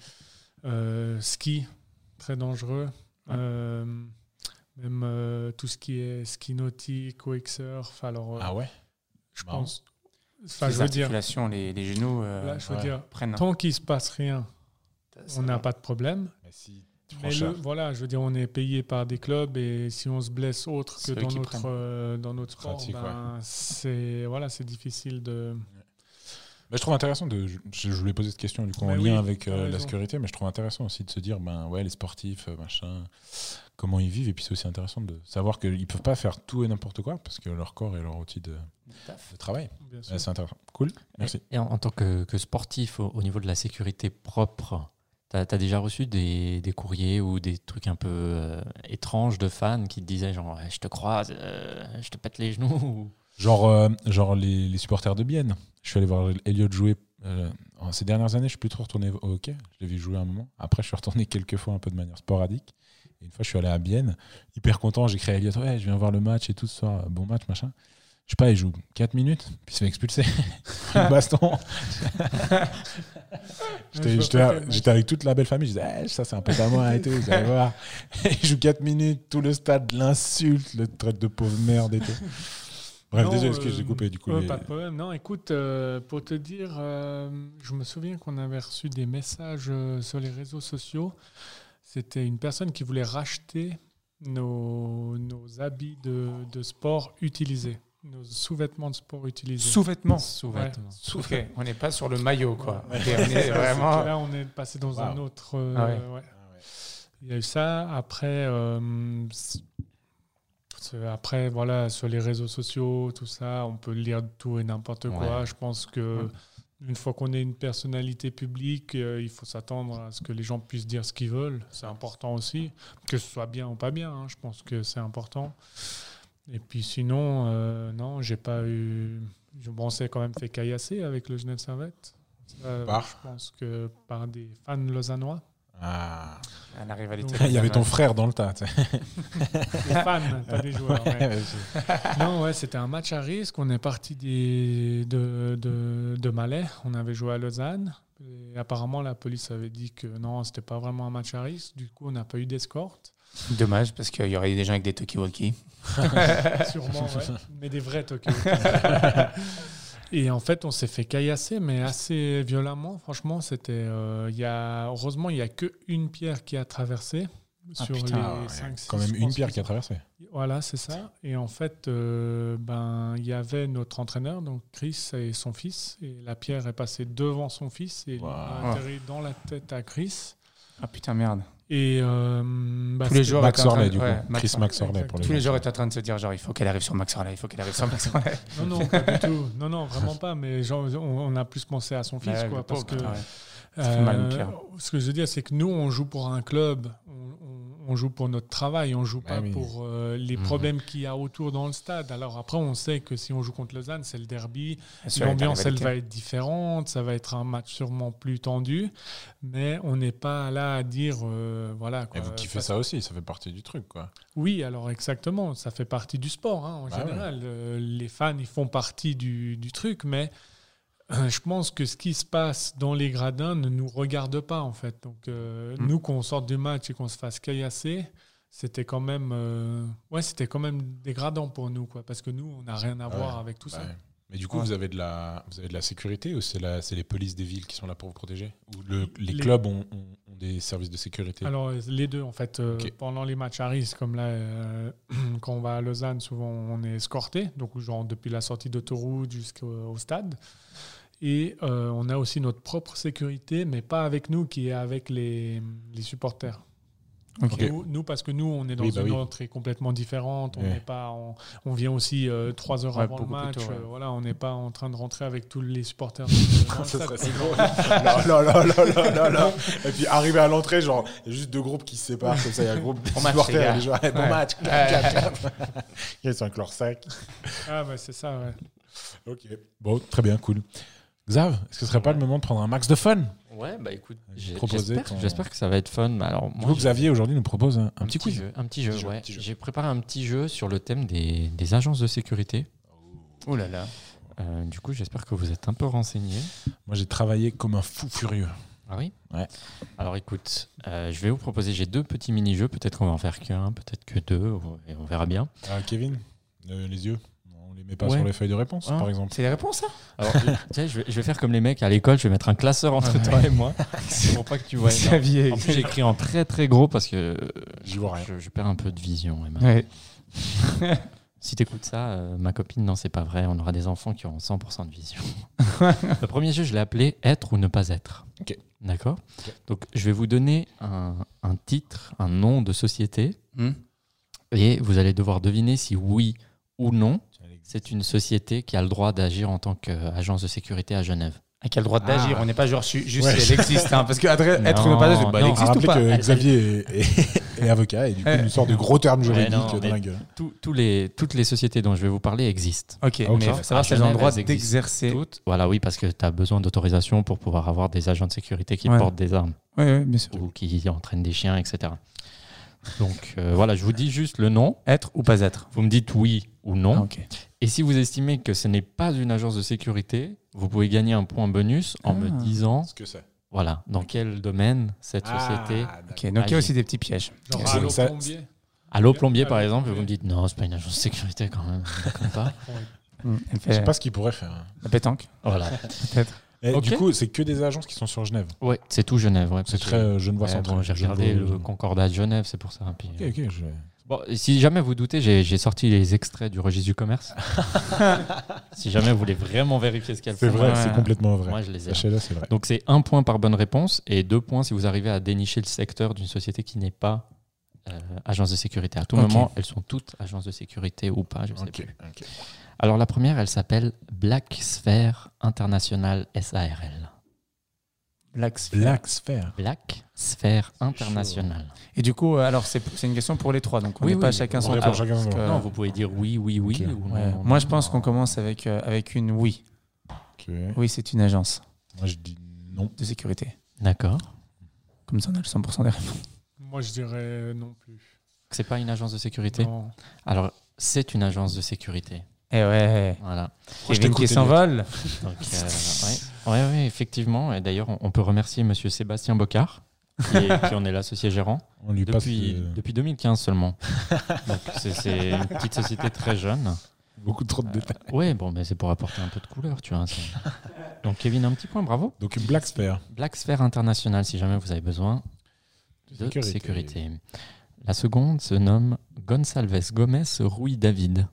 ski, très dangereux. Même tout ce qui est ski nautique, wake surf. Alors, Ah ouais? je marrant. pense. Enfin, Les je veux dire, articulations, les genoux là, je veux ouais. dire, prennent. tant qu'il se passe rien, Ça on n'a va. pas de problème. Mais si tu prends Mais cher. voilà, je veux dire, on est payé par des clubs et si on se blesse autre que C'est eux dans qui dans notre sport, Pratique, c'est difficile de. Mais je trouve intéressant je voulais poser cette question du coup en Mais lien oui, avec t'as la raison. sécurité, mais je trouve intéressant aussi de se dire les sportifs, machin, comment ils vivent, et puis c'est aussi intéressant de savoir qu'ils peuvent pas faire tout et n'importe quoi parce que leur corps est leur outil de travail. Bien sûr. Ouais, c'est intéressant. Cool. Merci. Et en tant que sportif, au niveau de la sécurité propre, T'as déjà reçu des courriers ou des trucs un peu étranges de fans qui te disaient genre ouais, je te croise, je te pète les genoux ou... Genre les supporters de Bienne. Je suis allé voir Elliot jouer ces dernières années. Je suis plus trop retourné au hockey. Je l'ai vu jouer un moment. Après, je suis retourné quelques fois un peu de manière sporadique. Et une fois, je suis allé à Bienne. Hyper content. J'ai écrit à Elliot, ouais, je viens voir le match et tout ce soir. Bon match, machin. Je sais pas, il joue 4 minutes, puis il se fait expulser. Le baston. J'étais avec toute la belle famille. Je disais, ça c'est un pote à moi et tout, vous allez voir. Et il joue 4 minutes, tout le stade l'insulte, le traite de pauvre merde et tout. Bref, désolé, parce que j'ai coupé du coup. Pas de problème. Non, écoute, pour te dire, je me souviens qu'on avait reçu des messages sur les réseaux sociaux. C'était une personne qui voulait racheter nos habits de sport utilisés. Nos sous-vêtements de sport utilisés. Sous-vêtements. Sous-vêtements. Ok, on n'est pas sur le maillot, quoi. Ouais. Ok, on est vraiment... Là, on est passé dans un autre... ouais. Il y a eu ça. Après, après, voilà, sur les réseaux sociaux, tout ça, on peut lire tout et n'importe quoi. Ouais. Je pense que une fois qu'on est une personnalité publique, il faut s'attendre à ce que les gens puissent dire ce qu'ils veulent. C'est important aussi, que ce soit bien ou pas bien. Je pense que c'est important. Et puis sinon, non, j'ai pas eu... Bon, on s'est quand même fait caillasser avec le Genève Servette. Je pense que par des fans lausannois. Ah. La rivalité. Il y avait ton frère dans le tas. Tu sais. Des fans, pas des joueurs. Mais... non, ouais, c'était un match à risque. On est parti de Malais. On avait joué à Lausanne. Et apparemment, la police avait dit que non, c'était pas vraiment un match à risque. Du coup, on n'a pas eu d'escorte. Dommage, parce qu'il y aurait eu des gens avec des talkie-walkie. Sûrement, ouais. Mais des vrais Tokyo. Et en fait, on s'est fait caillasser, mais assez violemment. Franchement, c'était. Heureusement, il n'y a qu'une pierre qui a traversé. Sur les 5-6. Quand même une pierre qui a traversé. Voilà, c'est ça. Et en fait, il y avait notre entraîneur, donc Chris et son fils. Et la pierre est passée devant son fils et a atterri dans la tête à Chris. Ah putain, merde. Et tous les jours, Max Orley, du coup. Ouais, Max Orley. Pour les tous les jours, est en train de se dire genre, il faut qu'elle arrive sur Max Orley, il faut qu'elle arrive sur Max Orley. Non, pas du tout. Non, vraiment pas. Mais genre, on a plus pensé à son fils, Ouais, quoi. Parce que ça fait mal au cœur. ce que je veux dire, c'est que nous, on joue pour un club, on joue pour notre travail, on joue pas pour les problèmes qu'il y a autour dans le stade. Alors après, on sait que si on joue contre Lausanne, c'est le derby. L'ambiance, elle va être différente. Ça va être un match sûrement plus tendu. Mais on n'est pas là à dire, voilà. Quoi, et vous kiffez ça aussi, ça fait partie du truc, quoi. Oui, alors exactement. Ça fait partie du sport, en général. Ouais. Les fans, ils font partie du truc, mais... je pense que ce qui se passe dans les gradins ne nous regarde pas, en fait. Donc, nous, qu'on sorte du match et qu'on se fasse caillasser, c'était quand même, c'était quand même dégradant pour nous, quoi, parce que nous, on n'a rien à voir avec tout ça. Mais du coup, vous avez de la sécurité ou c'est les polices des villes qui sont là pour vous protéger? Ou les clubs ont des services de sécurité? Alors, les deux, en fait. Pendant les matchs à risque, comme là, quand on va à Lausanne, souvent, on est escorté, donc genre depuis la sortie d'autoroute jusqu'au stade. Et on a aussi notre propre sécurité, mais pas avec nous, qui est avec les supporters. Okay. Nous, parce que nous, on est dans une entrée complètement différente. On n'est pas, on vient aussi 3 heures avant le match. Plutôt, voilà, on n'est pas en train de rentrer avec tous les supporters. Ça serait si drôle. là. Et puis arriver à l'entrée, genre, il y a juste 2 groupes qui se séparent. Comme ça, il y a un groupe de supporters. Les gens, bon match. Ils sont avec leur sac. Ah, bah, c'est ça, ouais. Ok. Bon, très bien, cool. Xav, est-ce que ce serait pas le moment de prendre un max de fun? Ouais, bah écoute, j'espère que ça va être fun. Alors, moi, Xavier aujourd'hui nous propose un petit quiz. Un petit jeu, ouais. J'ai préparé un petit jeu sur le thème des agences de sécurité. Oh là là. Du coup, j'espère que vous êtes un peu renseignés. Moi, j'ai travaillé comme un fou furieux. Ah oui? Ouais. Alors écoute, je vais vous proposer, j'ai 2 petits mini-jeux. Peut-être qu'on va en faire qu'un, peut-être que 2, et on verra bien. Kevin, les yeux. On les met pas sur les feuilles de réponse, par exemple. C'est les réponses, ça? Alors, je vais faire comme les mecs à l'école, je vais mettre un classeur entre toi et moi. Pour pas que tu vois. Xavier. En plus, j'écris en très très gros parce que j'y vois rien. Je perds un peu de vision. Ouais. Si t'écoutes ça, ma copine, non, c'est pas vrai. On aura des enfants qui auront 100% de vision. Le premier jeu, je l'ai appelé Être ou ne pas être. Ok. D'accord. Okay. Donc, je vais vous donner un titre, un nom de société. Et vous allez devoir deviner si oui ou non, c'est une société qui a le droit d'agir en tant qu'agence de sécurité à Genève. À quel droit d'agir? On n'est pas genre juste Ouais. elle existe. Hein, parce que être Non, ou ne pas agir, bah, elle non. existe ou Rappelez pas? que Xavier est avocat et du coup, il nous sort de gros termes juridiques non, mais- dingues. Toutes les sociétés dont je vais vous parler existent. Ok, Ok. mais il faut savoir si elles ont le Genève, droit elles existent d'exercer. Toutes. Voilà, oui, parce que tu as besoin d'autorisation pour pouvoir avoir des agents de sécurité qui Ouais. portent des armes Oui, bien sûr. ou qui entraînent des chiens, etc. Donc voilà, je vous dis juste le nom. Être ou pas être. Vous me dites oui ou non. Ah, ok. Et si vous estimez que ce n'est pas une agence de sécurité, vous pouvez gagner un point bonus en me disant, Ce que c'est. voilà, dans quel domaine cette société. Ok, donc il y a aussi des petits pièges. Genre C'est- Allo ça- Plombier. Allô plombier, par Allô, exemple, plombier. vous me dites non, c'est pas une agence de sécurité quand même. Je ne pas. Elle Je fait sais pas ce qu'il pourrait faire. la pétanque. Voilà. Peut-être. Et Ok. Du coup, c'est que des agences qui sont sur Genève. Ouais, c'est tout Genève. Ouais, C'est parce très Genevois que- central. bon, j'ai regardé le Concordat de Genève, c'est pour ça. Puis, Ok, ok. Bon, et si jamais vous doutez, j'ai sorti les extraits du registre du commerce. Si jamais vous voulez vraiment vérifier ce qu'elles C'est font, vrai, Ouais. c'est complètement vrai. moi je les ai. Sachez-le, c'est vrai. Donc c'est 1 point par bonne réponse et 2 points si vous arrivez à dénicher le secteur d'une société qui n'est pas agence de sécurité. À tout Ok. moment, elles sont toutes agences de sécurité ou pas, je ne sais Ok, plus. ok. Alors la première, elle s'appelle Black Sphere International SARL. Black Sphere. Black Sphere. Black Sphere International. Et du coup, alors c'est une question pour les trois, donc on Oui, n'est pas oui, chacun on son répond tour. chacun son Parce tour. que- Non, vous pouvez dire oui, oui, oui. Ok. Ou Ouais. non, Moi, non, je pense non. qu'on commence avec une oui. Ok. Oui, c'est une agence Moi, je dis non. de sécurité. D'accord. Comme ça, on a le 100% des réponses. Moi, je dirais non plus. C'est pas une agence de sécurité. Non. Alors, c'est une agence de sécurité. Eh ouais, Voilà. je Kevin t'écoute, qui Elliot. s'envole. Donc, ouais, effectivement. Et d'ailleurs, on peut remercier Monsieur Sébastien Bocard, qui en est l'associé gérant, On lui passe depuis 2015 seulement. Donc, c'est une petite société très jeune. beaucoup trop de détails. Ouais, bon, mais c'est pour apporter un peu de couleur, tu vois. Donc, Kevin, un petit point, bravo. Donc, une Black Sphere. Black Sphere International, si jamais vous avez besoin de sécurité. La seconde se nomme Gonçalves Gomez Rui David.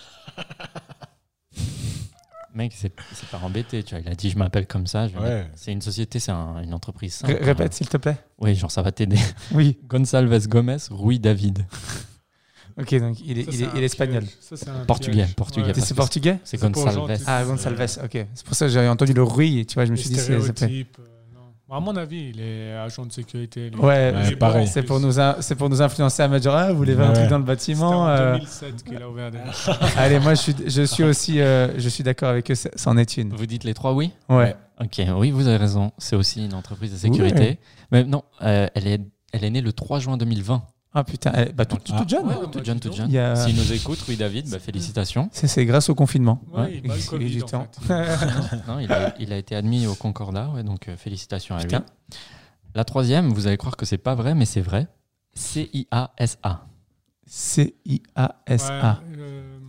Mec, c'est pas embêté, tu vois. Il a dit je m'appelle comme ça. Ouais. C'est une société, c'est une entreprise simple. Répète, s'il te plaît. Oui, genre ça va t'aider. Oui. Gonçalves Gomez Rui David. Ok, donc il est espagnol. Ça, c'est un Portugais, piège. portugais. Ouais. parce C'est que portugais? C'est C'est pour Gonçalves. gentil. Ah, Gonçalves, ok. C'est pour ça que j'ai entendu le Rui, tu vois, je me Les suis dit, c'est peut-être. stéréotypes, non. À mon avis, il est agent de sécurité. lui. Ouais, Ouais, Il est pareil. bon, en c'est plus. pour nous influencer à me dire, ah, vous voulez faire un Ouais. truc dans le C'était bâtiment en 2007 qu'il a ouvert des... Allez, moi, je suis aussi, je suis d'accord avec eux, c'en est une. Vous dites les trois oui? Ouais. Ok, oui, vous avez raison. C'est aussi une entreprise de sécurité. Ouais. Mais non, elle est née le 3 juin 2020. Ah putain, toute jeune. Ouais, Toute jeune, toute jeune. Il y a- S'il nous écoute, Rui David, félicitations. C'est grâce au confinement. Ouais, il bat le Il y a Covid, du en temps. fait. Non, il a été admis au Concordat, ouais, donc félicitations à lui. Putain. La troisième, vous allez croire que c'est pas vrai, mais c'est vrai. CIASA. C-I-A-S-A. Ouais,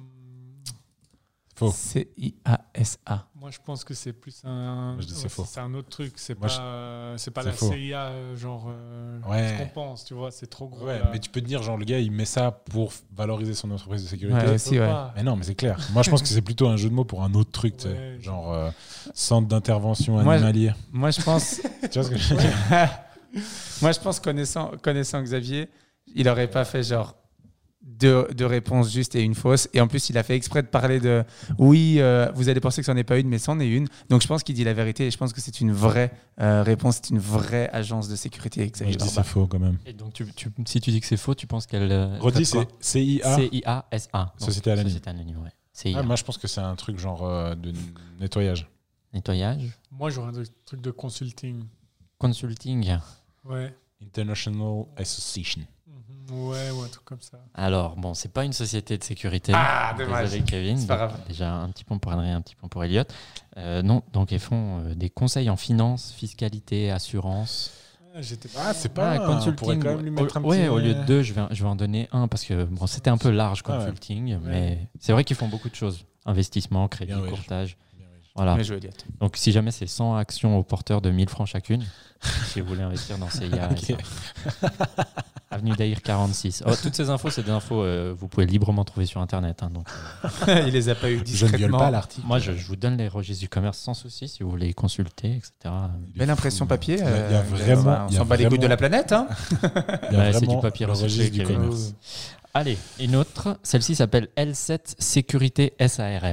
Faux. C-I-A-S-A. moi, je pense que c'est plus un... je dis c'est faux. C'est un autre truc. C'est Moi, pas c'est la faux. CIA, genre... Ouais. ce qu'on pense, tu vois. C'est trop gros. Ouais, là. mais tu peux te dire, genre, le gars, il met ça pour valoriser son entreprise de sécurité. Ouais, Tu aussi, peux ouais. pas. Mais non, mais c'est clair. Moi, je pense que c'est plutôt un jeu de mots pour un autre truc, tu sais. Ouais, Genre centre d'intervention Moi, animalier. Moi, je pense, Tu vois ce que je veux dire? moi, je pense connaissant Xavier, il aurait pas fait genre deux réponses justes et une fausse. Et en plus, il a fait exprès de parler de oui, vous allez penser que c'en est pas une, mais c'en est une. Donc, je pense qu'il dit la vérité et je pense que c'est une vraie réponse, c'est une vraie agence de sécurité. Moi, Xavier je dis Barba. c'est faux quand même. Et donc, si tu dis que c'est faux, tu penses qu'elle. Redis, traite quoi? c'est CIA. CIASA. Donc, Société anonyme. Société anonyme, ouais. CIA. Ah, moi, je pense que c'est un truc genre de nettoyage. Nettoyage. Moi, j'aurais un truc de consulting. Consulting. Ouais. International Association. Ouais, ou un truc comme ça. Alors, bon, c'est pas une société de sécurité. Ah, dommage. Désolé, Kevin. C'est pas Donc, grave. déjà, un petit point pour Henry, un petit point pour Elliot. Non, donc ils font des conseils en finance, fiscalité, assurance. Ah, j'étais Ah, c'est pas. Ah, On pourrait quand même lui mettre un ouais, petit. au lieu de deux, je vais en donner un parce que bon, c'était un peu large, Ah ouais. consulting, mais c'est vrai qu'ils font beaucoup de choses. Investissement, crédit, Bien, oui. courtage. Voilà. Bien joué, Elliot. Donc, si jamais c'est 100 actions au porteur de 1000 francs chacune, si vous voulez investir dans CIA, Ok. avenue d'Aïr 46. Oh, toutes ces infos, c'est des infos vous pouvez librement trouver sur Internet. Hein, donc, Il les a pas eu Je ne discrètement. viole pas l'article. moi, je vous donne les registres du commerce sans souci si vous voulez consulter, etc. Belle impression papier. Il y a vraiment. On il y a s'en bat les couilles de vraiment- la planète. Hein. Il y a Ouais, c'est du vraiment papier le recyclé, registre du Kevin. commerce. Allez, une autre. Celle-ci s'appelle L7 Sécurité SARL.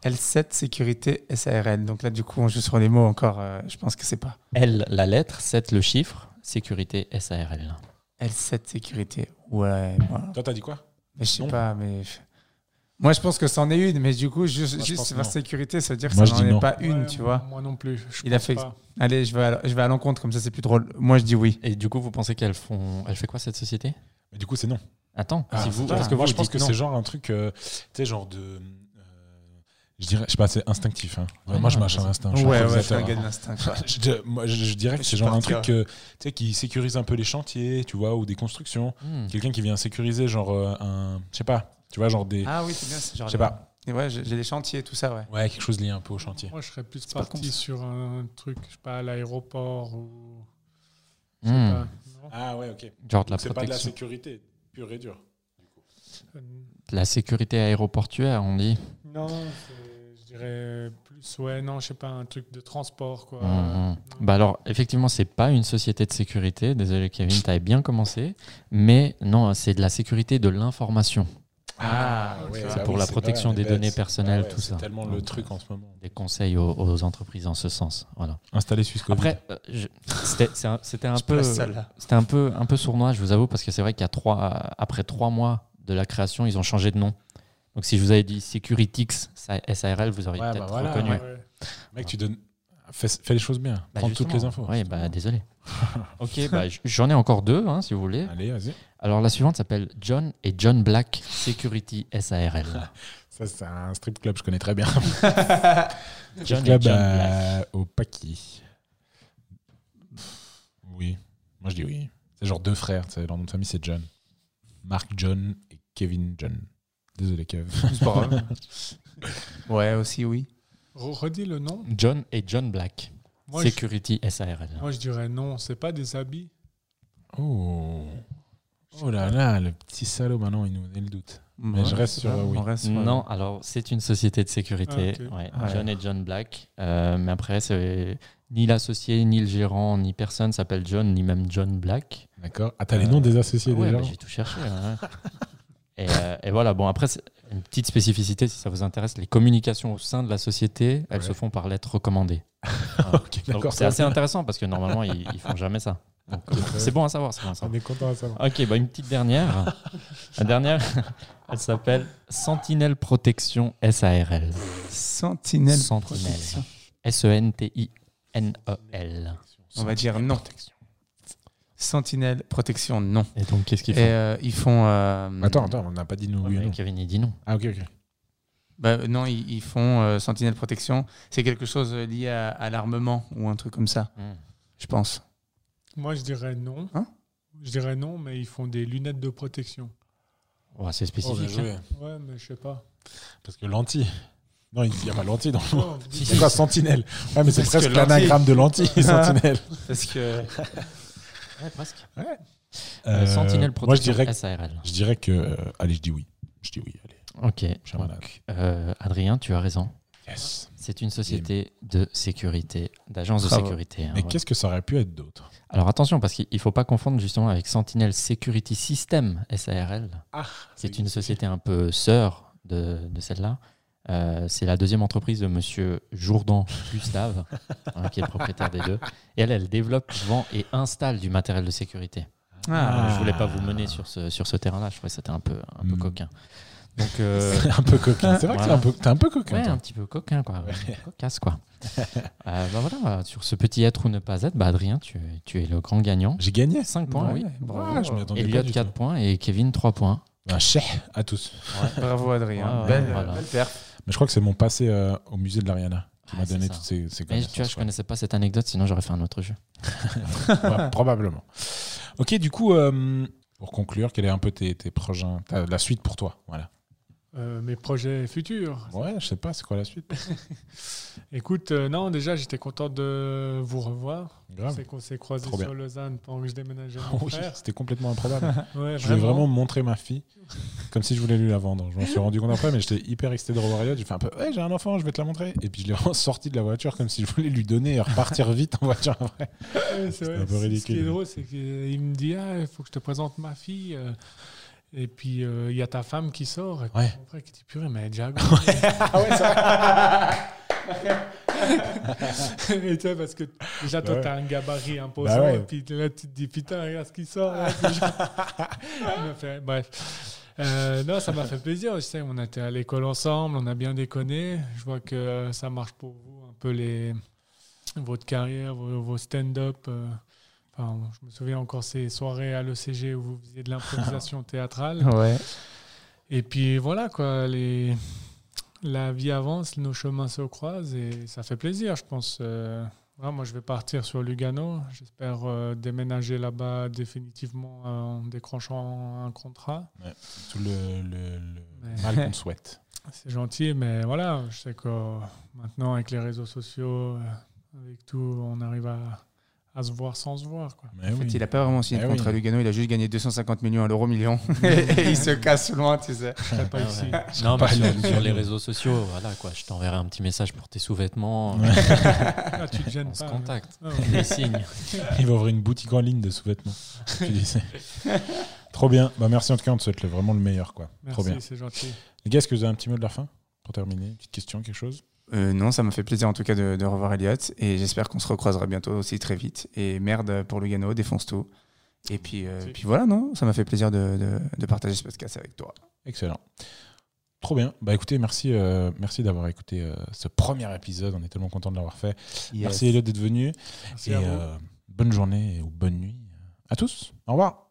L7 sécurité SARL. Donc là, du coup, on joue sur les mots encore. Je pense que c'est pas. L, la lettre, 7, le chiffre, sécurité SARL. L7 sécurité. Ouais, voilà. Toi, t'as dit quoi? Mais je sais Non. pas, mais. Moi, je pense que c'en est une, mais du coup, Moi, je juste pense vers non. sécurité, ça veut dire que Moi, ça je dis n'en est non. pas une, Ouais, tu vois. Moi non plus. Je Il a pense fait- pas. Allez, je vais à l'encontre, comme ça, c'est plus drôle. Moi, je dis oui. Et du coup, vous pensez elle fait quoi cette société? Mais du coup, c'est non. Attends, Ah, si vous, parce parce que moi, je vous pense dites que non. c'est genre un truc, tu sais, genre de. Je dirais, je sais pas, c'est instinctif. Hein. Ouais, Moi, je non, marche à vas-y. l'instinct. Je suis Ouais, je improvisateur. suis un gars de l'instinct. quoi. Je dirais que Je c'est suis genre un parti, truc tu sais, qui sécurise un peu les chantiers, tu vois, ou des constructions. Quelqu'un qui vient sécuriser, genre, je sais pas, tu vois, genre des. Ah oui, c'est bien, c'est genre. Je sais pas. Et ouais, j'ai des chantiers, tout ça, ouais. Ouais, quelque chose lié un peu au chantier. Moi, je serais plus C'est pas parti con, ça. sur un truc, je sais pas, à l'aéroport ou. Je Hmm. sais pas. Non. Ah ouais, ok. Genre de la C'est pas de la protection. sécurité pure et dure. La sécurité aéroportuaire, on dit. Non, je dirais plus, ouais, non, je sais pas, un truc de transport, quoi. Mhm. Non. Bah alors, effectivement, c'est pas une société de sécurité. Désolé, Kevin, t'avais bien commencé. Mais non, c'est de la sécurité de l'information. Ah, ouais, ok. bah C'est pour oui, la c'est protection vrai, des les données bêtes. personnelles, Ouais, tout c'est ça. tellement le Donc, truc en ce moment. Des conseils aux entreprises en ce sens. Voilà. Installer Suisse Covid. Après, c'était un peu, place celle-là. c'était un peu sournois, je vous avoue, parce que c'est vrai après 3 mois de la création, ils ont changé de nom. Donc si je vous avais dit Securitix SARL, vous auriez Ouais, peut-être bah voilà, reconnu. ouais. Mec, tu donnes. Fais les choses bien. Bah, Prends toutes justement. les infos. Oui, bah désolé. Ok, bah, j'en ai encore 2, hein, si vous voulez. Allez, vas-y. Alors la suivante s'appelle John et John Black Security SARL. Ça, c'est un strip club, je connais très bien. John et Club John Black. au Paki. Oui. Moi, je dis oui. C'est genre 2 frères. Leur nom de famille, c'est John. Mark John et Kevin John. Désolé, Kev. C'est pas grave. Ouais, aussi, oui. Redis le nom. John et John Black. Moi, je, Security SARL. moi, je dirais non, c'est pas des habits. Oh. Oh là là, le petit salaud, maintenant, il nous met le doute. Mais je reste c'est sur ça, oui. on reste sur- Non, alors c'est une société de sécurité. Ah, ok. Ouais, Ouais. John et John Black. Mais après, c'est ni l'associé, ni le gérant, ni personne s'appelle John, ni même John Black. D'accord. Ah, t'as les noms des associés Ouais, déjà bah, j'ai tout cherché. Ouais. et voilà, bon, après, c'est une petite spécificité, si ça vous intéresse, les communications au sein de la société, elles Ouais. se font par lettre recommandée. Ok, Donc, d'accord. c'est assez intéressant parce que normalement, ils font jamais ça. Donc, c'est bon à savoir. C'est bon à On savoir. est content à savoir. Ok, bah, une petite dernière. La dernière, elle s'appelle Sentinelle Protection SARL. Sentinelle. Sentinelle. Protection. SENTINEL. On va dire non. Sentinelle protection, non. Et donc, qu'est-ce qu'ils Et font ils font. Attends, on n'a pas dit nous oui ou Ouais, non. Kevin, il dit non. Ah, ok, ok. Bah, non, ils font Sentinelle protection. C'est quelque chose lié à l'armement ou un truc comme ça, je pense. Moi, je dirais non. Hein Je dirais non, mais ils font des lunettes de protection. Ouais, c'est Oh, bien spécifique. joué. Ouais, mais je sais pas. Parce que lentille. Non, il n'y a pas lentille dans le mot. Non, C'est quoi sentinelle? Ouais, mais c'est Parce que presque lentille. l'anagramme de lentille, sentinelle. Parce que. Ouais, presque. Moi, Sentinelle je Protection dirais, SARL. je dirais que. Allez, je dis oui. Je dis oui, allez. Ok. Cher malade. Adrien, tu as raison. Yes. C'est une société de sécurité, d'agence de Bravo. sécurité. hein, Mais voilà. qu'est-ce que ça aurait pu être d'autre? Alors attention, parce qu'il ne faut pas confondre justement avec Sentinel Security System SARL. Ah, C'est une société un peu sœur de celle-là. C'est la deuxième entreprise de Monsieur Jourdan Gustave, qui est le propriétaire des deux. Et elle développe, vend et installe du matériel de sécurité. Je voulais pas vous mener sur ce terrain-là. Je trouvais que c'était un peu coquin. Donc, C'est un peu coquin. C'est vrai voilà. que t'es un peu coquin. ouais, toi. un petit peu coquin, quoi. Cocasse, quoi. Voilà, sur ce petit être ou ne pas être, Adrien, tu es le grand gagnant. J'ai gagné. 5 points, oui. Bravo. Ah, je m'y attendais pas Elliot, du 4 tout. points et Kevin, 3 points. Un chèque à tous. Bravo Adrien. Ouais, belle, voilà. belle perf. Mais je crois que c'est mon passé au musée de l'Ariana qui m'a Ah, c'est donné ça. toutes ces Mais connaissances. tu vois, je connaissais pas cette anecdote, sinon j'aurais fait un autre jeu. Ouais, probablement. Ok, du coup, pour conclure, quel est un peu tes projets, la suite pour toi? Voilà. mes projets futurs. Ouais, je sais pas, c'est quoi la suite? Écoute, non, déjà, j'étais content de vous revoir. Grave. C'est qu'on s'est croisés Trop bien. sur Lausanne pendant que je déménageais avec mon Oui, frère. c'était complètement improbable. Ouais, Je voulais vraiment montrer ma fille, comme si je voulais lui la vendre. Je m'en suis rendu compte après, mais j'étais hyper excité de revoir Elliot. J'ai fait un peu, ouais, j'ai un enfant, je vais te la montrer. Et puis je l'ai vraiment sorti de la voiture comme si je voulais lui donner et repartir vite en voiture après. Ouais, c'est vrai. un peu Ce qui ridicule. est drôle, c'est qu'il me dit, ah, il faut que je te présente ma fille. Et puis, il y a ta femme qui sort. Et puis, Ouais. mon frère qui dit, purée, mais elle est déjà Ah ouais, ça Et tu vois, parce que déjà, toi, Bah ouais. t'as un gabarit imposant. Bah ouais. Et puis là, tu te dis, putain, regarde ce qui sort. Là, bref. Non, ça m'a fait plaisir. Je sais, on était à l'école ensemble, on a bien déconné. Je vois que ça marche pour vous, un peu votre carrière, vos stand-up. Enfin, je me souviens encore ces soirées à l'ECG où vous faisiez de l'improvisation théâtrale. Ouais. Et puis voilà, quoi. La vie avance, nos chemins se croisent et ça fait plaisir, je pense. Voilà, moi, je vais partir sur Lugano. J'espère déménager là-bas définitivement en décrochant un contrat. Ouais, tout le Mais- mal qu'on souhaite. C'est gentil, mais voilà, je sais que maintenant, avec les réseaux sociaux, avec tout, on arrive à se voir sans se voir, quoi. Mais En fait, oui. il n'a pas vraiment signé Eh de contrat à oui. Lugano, il a juste gagné 250 millions à l'euro million. Et il se casse loin, tu sais. Je serais pas Ah ici. ouais. Non, mais pas sur, le- sur les réseaux sociaux, voilà, quoi, je t'enverrai un petit message pour tes sous-vêtements. Ouais. Ah, tu te gênes On se pas. contacte. Ah, ouais. Des signes. Il va ouvrir une boutique en ligne de sous-vêtements. Tu disais. Trop bien. Bah, merci en tout cas, on te souhaite vraiment le meilleur. Quoi. Trop bien. Merci, c'est gentil. Les gars, est-ce que vous avez un petit mot de la fin pour terminer? Une petite question, quelque chose? Non, ça m'a fait plaisir en tout cas de revoir Elliot et j'espère qu'on se recroisera bientôt aussi très vite. Et merde pour Lugano, défonce tout. Et puis, Merci. puis voilà, non, ça m'a fait plaisir de partager ce podcast avec toi. Excellent. Trop bien. Bah écoutez, merci d'avoir écouté ce premier épisode. On est tellement content de l'avoir fait. Merci Elliot d'être venu. Merci Et à vous. bonne journée ou bonne nuit à tous. Au revoir.